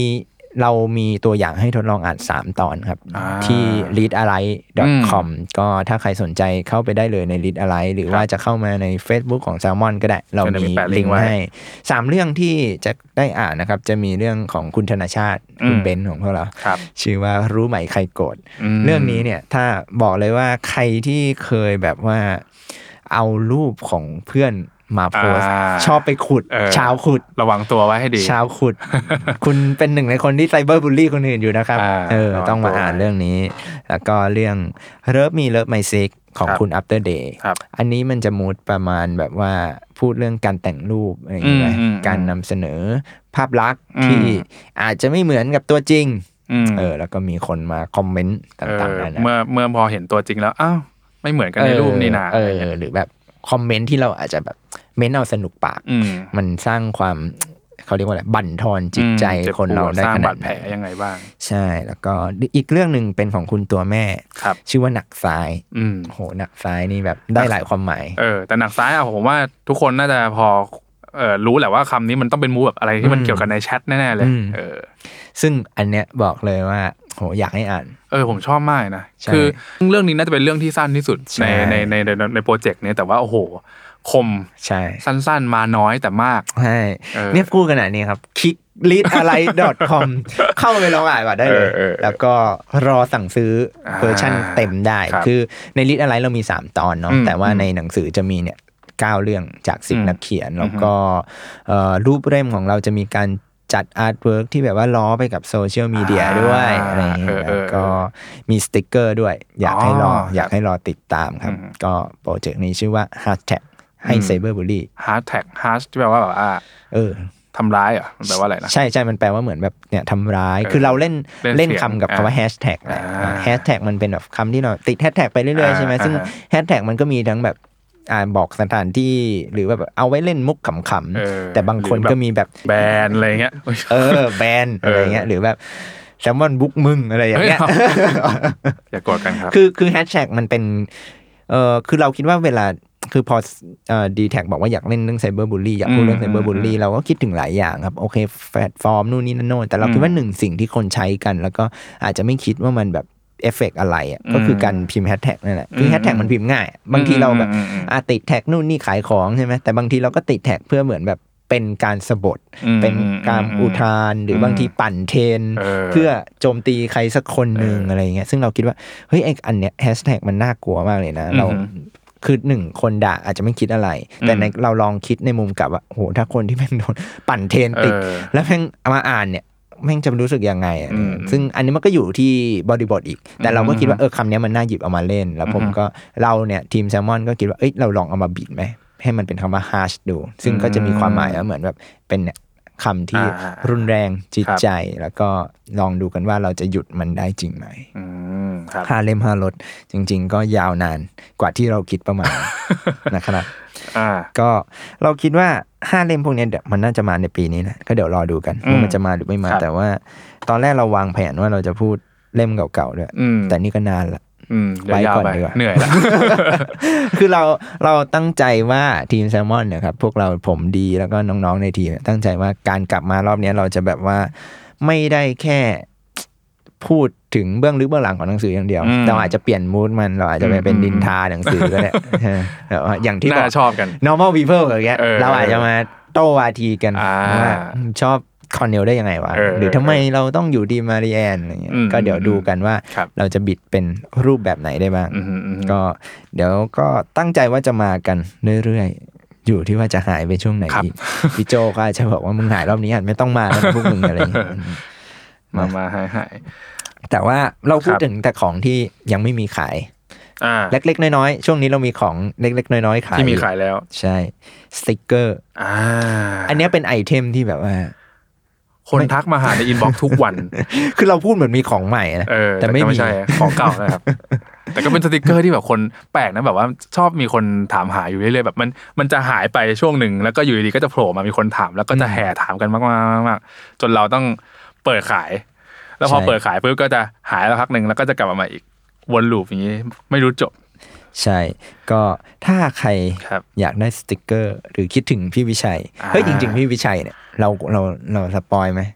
เรามีตัวอย่างให้ทดลองอ่านสามตอนครับที่ รีดอะไลท์ ดอท คอม ก็ถ้าใครสนใจเข้าไปได้เลยใน รีดอะไลท์ หรือว่าจะเข้ามาใน Facebook ของ Salmon ก็ได้เรามีลิงก์ให้สามเรื่องที่จะได้อ่านนะครับจะมีเรื่องของคุณธนชาติคุณเบนซ์ของพวกเราชื่อว่ารู้ไหมใครโกรธเรื่องนี้เนี่ยถ้าบอกเลยว่าใครที่เคยแบบว่าเอารูปของเพื่อนมาโพสชอบไปขุดชาวขุดระวังตัวไว้ให้ดีชาวขุด คุณเป็นหนึ่งในคนที่ไซเบอร์บูลลี่คนอื่นอยู่นะครับเออต้องมาอ่านเรื่องนี้แล้วก็เรื่องเลิฟมีเลิฟไมซิกของคุณ After Day อันนี้มันจะมูดประมาณแบบว่าพูดเรื่องการแต่งรูปอะไรอย่างเงี้ยการนำเสนอภาพลักษณ์ที่อาจจะไม่เหมือนกับตัวจริงเออแล้วก็มีคนมาคอมเมนต์ต่างๆนั่นนะเมื่อเมื่อพอเห็นตัวจริงแล้วอ้าวไม่เหมือนกันในรูปนี่นะเออหรือแบบคอมเมนต์ที่เราอาจจะแบบเม้นเอาสนุกปากมันสร้างความเขาเรียกว่าอะไรบั่นทอนจิตใจคนเราได้ขนาดสร้างบาดแผลยังไงบ้างใช่แล้วก็อีกเรื่องนึงเป็นของคุณตัวแม่ชื่อว่าหนักซ้ายโหหนักซ้ายนี่แบบได้หลายความหมายเออแต่หนักซ้ายอ่ะผมว่าทุกคนน่าจะพอเออรู้แหละว่าคำนี้มันต้องเป็นมูแบบอะไรที่มันเกี่ยวกับในแชทแน่ๆเลยเออซึ่งอันเนี้ยบอกเลยว่าโหอยากให้อ่านเออผมชอบมากนะคือเรื่องนี้น่าจะเป็นเรื่องที่สั้นที่สุดในในในในโปรเจกต์นี้แต่ว่าโอ้โหคมใช่สั้นๆมาน้อยแต่มากใช่เนี่ยพูดขนาดนี้ครับคลิก รีดอะไลท์ ดอท คอม เข้าไปลองอ่านก่อนได้เลยแล้วก็รอสั่งซื้อเวอร์ชั่นเต็มได้คือใน รีดอะไลท์ เรามีสามตอนเนาะแต่ว่าในหนังสือจะมีเนี่ยเก้าเรื่องจากสิบนักเขียนแล้วก็รูปเล่มของเราจะมีการจัดอาร์ตเวิร์กที่แบบว่าล้อไปกับโซเชียลมีเดียด้วยอะไรอย่างเงี้ยแล้วก็มีสติ๊กเกอร์ด้วยอยากให้รออยากให้รอติดตามครับก็โปรเจกต์นี้ชื่อว่า hashtag ให้ไซเบอร์บูลลี่ hashtag hash ที่แปลว่าแบบว่าเออทำร้ายอ่ะมันแปลว่าอะไรนะใช่ใช่มันแปลว่าเหมือนแบบเนี่ยทำร้ายคือเราเล่นเล่นคำกับคำว่าแฮชแท็กแหละแฮชแท็กมันเป็นแบบคำที่เราติดแฮชแท็กไปเรื่อยๆใช่ไหมซึ่งแฮชแท็กมันก็มีทั้งแบบอ่าบอกสถานที่หรือแบบเอาไว้เล่นมุกขำๆแต่บางคนก็มีแบบแบนอะไรเงี้ยเออแบนอะไรเงี้ยหรือแบบแซมมอนบุ๊กมึงอะไรอย่างเงี้ยอย่ากดกันครับคือคือแฮชแท็กมันเป็นเออคือเราคิดว่าเวลาคือพอเอ่อ ดี แท็ก บอกว่าอยากเล่นเรื่องไซเบอร์บูลลี่อยากพูดเรื่องไซเบอร์บูลลี่เราก็คิดถึงหลายอย่างครับโอเคแพลตฟอร์มนู่นนี่นั่นโน่นแต่เราคิดว่าหนึ่งสิ่งที่คนใช้กันแล้วก็อาจจะไม่คิดว่ามันแบบเอฟเฟกต์อะไรอ่ะก็คือการพิมพ์แฮชแท็กนั่นแหละคือแฮชแท็กมันพิมพ์ง่ายบางทีเราแบบอ่ะติดแท็กนู่นนี่ขายของใช่ไหมแต่บางทีเราก็ติดแท็กเพื่อเหมือนแบบเป็นการสบถเป็นการอุทานหรือบางทีปั่นเทรนเพื่อโจมตีใครสักคนนึงอะไรเงี้ยซึ่งเราคิดว่าเฮ้ยไอ้อันเนี้ยแฮชแท็กมันน่ากลัวมากเลยนะเราคือหนึ่งคนด่าอาจจะไม่คิดอะไรแต่ในเราลองคิดในมุมกลับว่าโหถ้าคนที่แม่งโดนปั่นเทรนติดแล้วแม่งมาอ่านเนี่ยแม่งจะรู้สึกยังไงซึ่งอันนี้มันก็อยู่ที่บริบทอีกแต่เราก็คิดว่าเออคำนี้มันน่าหยิบเอามาเล่นแล้วผมก็เราเนี่ยทีมแซลมอนก็คิดว่าเอ้ยเราลองเอามาบิดไหมให้มันเป็นคำว่า harsh ดูซึ่งก็จะมีความหมายว่าเหมือนแบบเป็นเนี่ยคำที่รุนแรงจิตใจแล้วก็ลองดูกันว่าเราจะหยุดมันได้จริงไหมห้าเล่มห้ารสจริงๆก็ยาวนานกว่าที่เราคิดประมาณนะครับก็เราคิดว่าห้าเล่มพวกนี้เดี๋ยวมันน่าจะมาในปีนี้นะก็เดี๋ยวรอดูกันว่ามันจะมาหรือไม่มาแต่ว่าตอนแรกเราวางแผนว่าเราจะพูดเล่มเก่าๆด้วยแต่นี่ก็นานละไว้ก่อนดีกว่าเหนื่อยละคือเราเราตั้งใจว่าทีมแซลมอนเนี่ยครับพวกเราผมดีแล้วก็น้องๆในทีมตั้งใจว่าการกลับมารอบนี้เราจะแบบว่าไม่ได้แค่พูดถึงเบื้องลึกเบื้องหลังของหนังสืออย่างเดียวเราอาจจะเปลี่ยนมูดมันเราอาจจะไปเป็นดินทาหนังสือก็ได้อย่างที่บอกชอบกัน normal people อย่างเงี้ยเราอาจจะมาโต้วาทีกันว่าชอบคอนเนลได้ยังไงวะหรือทำไมเราต้องอยู่ดีมาริแอนอะไรเงี้ยก็เดี๋ยวดูกันว่าเราจะบิดเป็นรูปแบบไหนได้บ้างก็เดี๋ยวก็ตั้งใจว่าจะมากันเรื่อยๆอยู่ที่ว่าจะหายไปช่วงไหนอีกพี่โจก็อาจจะบอกว่ามึงหายรอบนี้อาจไม่ต้องมาแล้วพวกมึงอะไรเงี้ยมามาหายหายแต่ว่าเราพูดถึงแต่ของที่ยังไม่มีขายเล็กๆน้อยๆช่วงนี้เรามีของเล็กๆน้อยๆขายที่มีขายแล้วใช่สติ๊กเกอร์อันนี้เป็นไอเทมที่แบบว่าคนทักมาหาในอินบ็อกซ์ทุกวันคือเราพูดเหมือนมีของใหม่นะแต่ไม่ใช่ของเก่านะครับแต่ก็เป็นสติกเกอร์ที่แบบคนแปลกนะแบบว่าชอบมีคนถามหาอยู่เรื่อยๆแบบมันมันจะหายไปช่วงหนึ่งแล้วก็อยู่ดีๆก็จะโผล่มามีคนถามแล้วก็จะแห่ถามกันมากๆๆจนเราต้องเปิดขายแล้วพอเปิดขายปุ๊บก็จะหายแล้วพักนึงแล้วก็จะกลับมาอีกวนลูปอย่างนี้ไม่รู้จบใช่ก็ถ้าใครอยากได้สติกเกอร์หรือคิดถึงพี่วิชัยเฮ้ยจริงๆพี่วิชัยเนี่ยเราเราเราสปอยไหม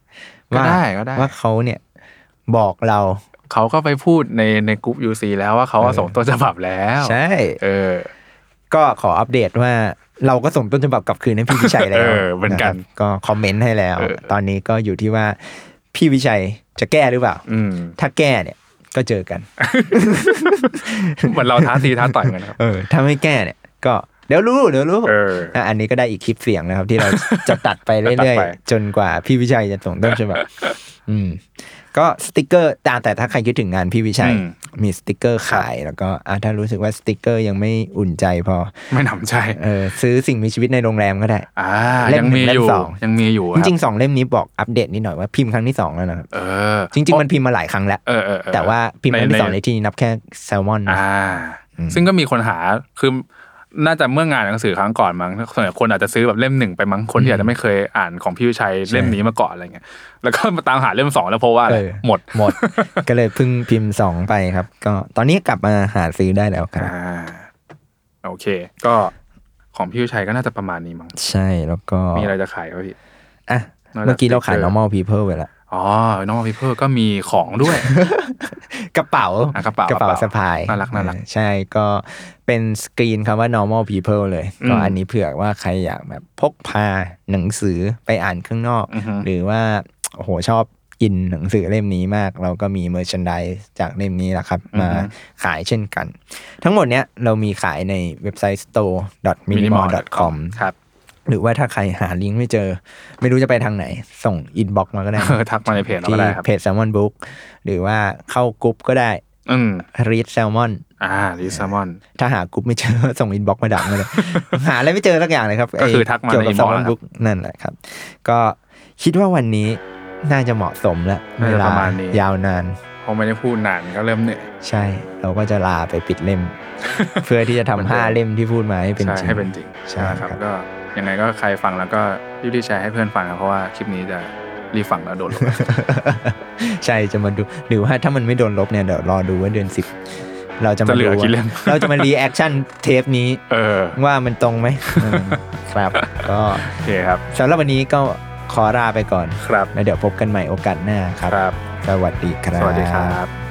ว่าว่าเขาเนี่ยบอกเราเขาก็ไปพูดในในกลุ่ม ยู ซี แล้วว่าเขาส่งต้นฉบับแล้วใช่เออก็ขออัปเดตว่าเราก็ส่งต้นฉบับกลับคืนให้พี่วิชัยแล้วเออเหมือนกันก็คอมเมนต์ให้แล้วตอนนี้ก็อยู่ที่ว่าพี่วิชัยจะแก้หรือเปล่าถ้าแก้เนี่ยก็เจอกันเหมือนเราท้าตีท้าต่อยกันครับเออถ้าไม่แก้เนี่ยก็เดี๋ยวรู้เดี๋ยวรู้อันนี้ก็ได้อีกคลิปเสียงนะครับที่เราจะตัดไปเรื่อยๆจนกว่าพี่วิชัยจะส่งต้นฉบับอืมก็สติกเกอร์แต่ถ้าใครคิดถึงงานพี่วิชัยมีสติกเกอร์ขายแล้วก็ถ้ารู้สึกว่าสติกเกอร์ยังไม่อุ่นใจพอไม่หนำใจเออซื้อสิ่งมีชีวิตในโรงแรมก็ได้อ่ายังมีอยู่ยังมีอยู่จริงๆสองเล่มนี้บอกอัปเดตนิดหน่อยว่าพิมพ์ครั้งที่สองแล้วนะครับเออจริงๆมันพิมพ์มาหลายครั้งแล้วแต่ว่าพิมพ์ครั้งที่สองในที่นี้นับแค่แซลมอนอ่าซึ่งก็มีคนหาคือน่าจะเมื่องานหนังสือครั้งก่อนมั้งส่วนใหญ่คนอาจจะซื้อแบบเล่มหนึ่งไปมั้งคนที่อาจจะไม่เคยอ่านของพี่วิชัยเล่มนี้มาก่อนอะไรเงี้ยแล้วก็มาตามหาเล่มสองแล้วเพราะว่าหมดหมดก็เลยเพิ่งพิมพ์สองไปครับก็ตอนนี้กลับมาหาซื้อได้แล้วครับโอเคก็ของพี่วิชัยก็น่าจะประมาณนี้มั้งใช่แล้วก็มีอะไรจะขายครับพี่อ่ะเมื่อกี้เราขาย normal people ไปแล้วอ๋อ normal people ก็มีของด้วยกระเป๋ากระเป๋ากระเป๋าสะพายน่ารักน่ารักใช่ก็เป็นสกรีนคำว่า normal people เลยก็อันนี้เผื่อว่าใครอยากแบบพกพาหนังสือไปอ่านข้างนอกหรือว่าโอ้โหชอบอินหนังสือเล่มนี้มากเราก็มี merchandise จากเล่มนี้แหละครับมาขายเช่นกันทั้งหมดเนี้ยเรามีขายในเว็บไซต์ สโตร์ ดอท มินิมอล ดอท คอมครับหรือว่าถ้าใครหาลิงก์ไม่เจอไม่รู้จะไปทางไหนส่งอินบ็อกซ์มาก็ได้ทักมาในเพจเราก็ได้ครับเพจ Salmon Book หรือว่าเข้ากลุ่มก็ได้อืม Read Salmon อ่า Read Salmon ถ้าหากลุ่มไม่เจอส่งอินบ็อกซ์มาดักมาเลยหาอะไรไม่เจอสักอย่างเลยครับก็คือทักมาใน Salmon Book นั่นแหละครับก็คิดว่าวันนี้น่าจะเหมาะสมแล้วเวลายาวนานพอไม่ได้พูดนานก็เริ่มเหนื่อยใช่เราก็จะลาไปปิดเล่มเพื่อที่จะทำห้าเล่มที่พูดมาให้เป็นจริงให้เป็นจริงใช่ครับก็ยังไงก็ใครฟังแล้วก็รีบๆแชร์ให้เพื่อนฟังครับเพราะว่าคลิปนี้จะรีบฟังแล้วโดนลบใช่จะมาดูหรือว่าถ้ามันไม่โดนลบเนี่ยเดี๋ยวรอดูว่าเดือนสิบเราจะมาดูเราจะมารีแอคชั่นเทปนี้ว่ามันตรงไหมครับก็โอเคครับสำหรับวันนี้ก็ขอลาไปก่อนครับแล้วเดี๋ยวพบกันใหม่โอกาสหน้าครับสวัสดีครับสวัสดีครับ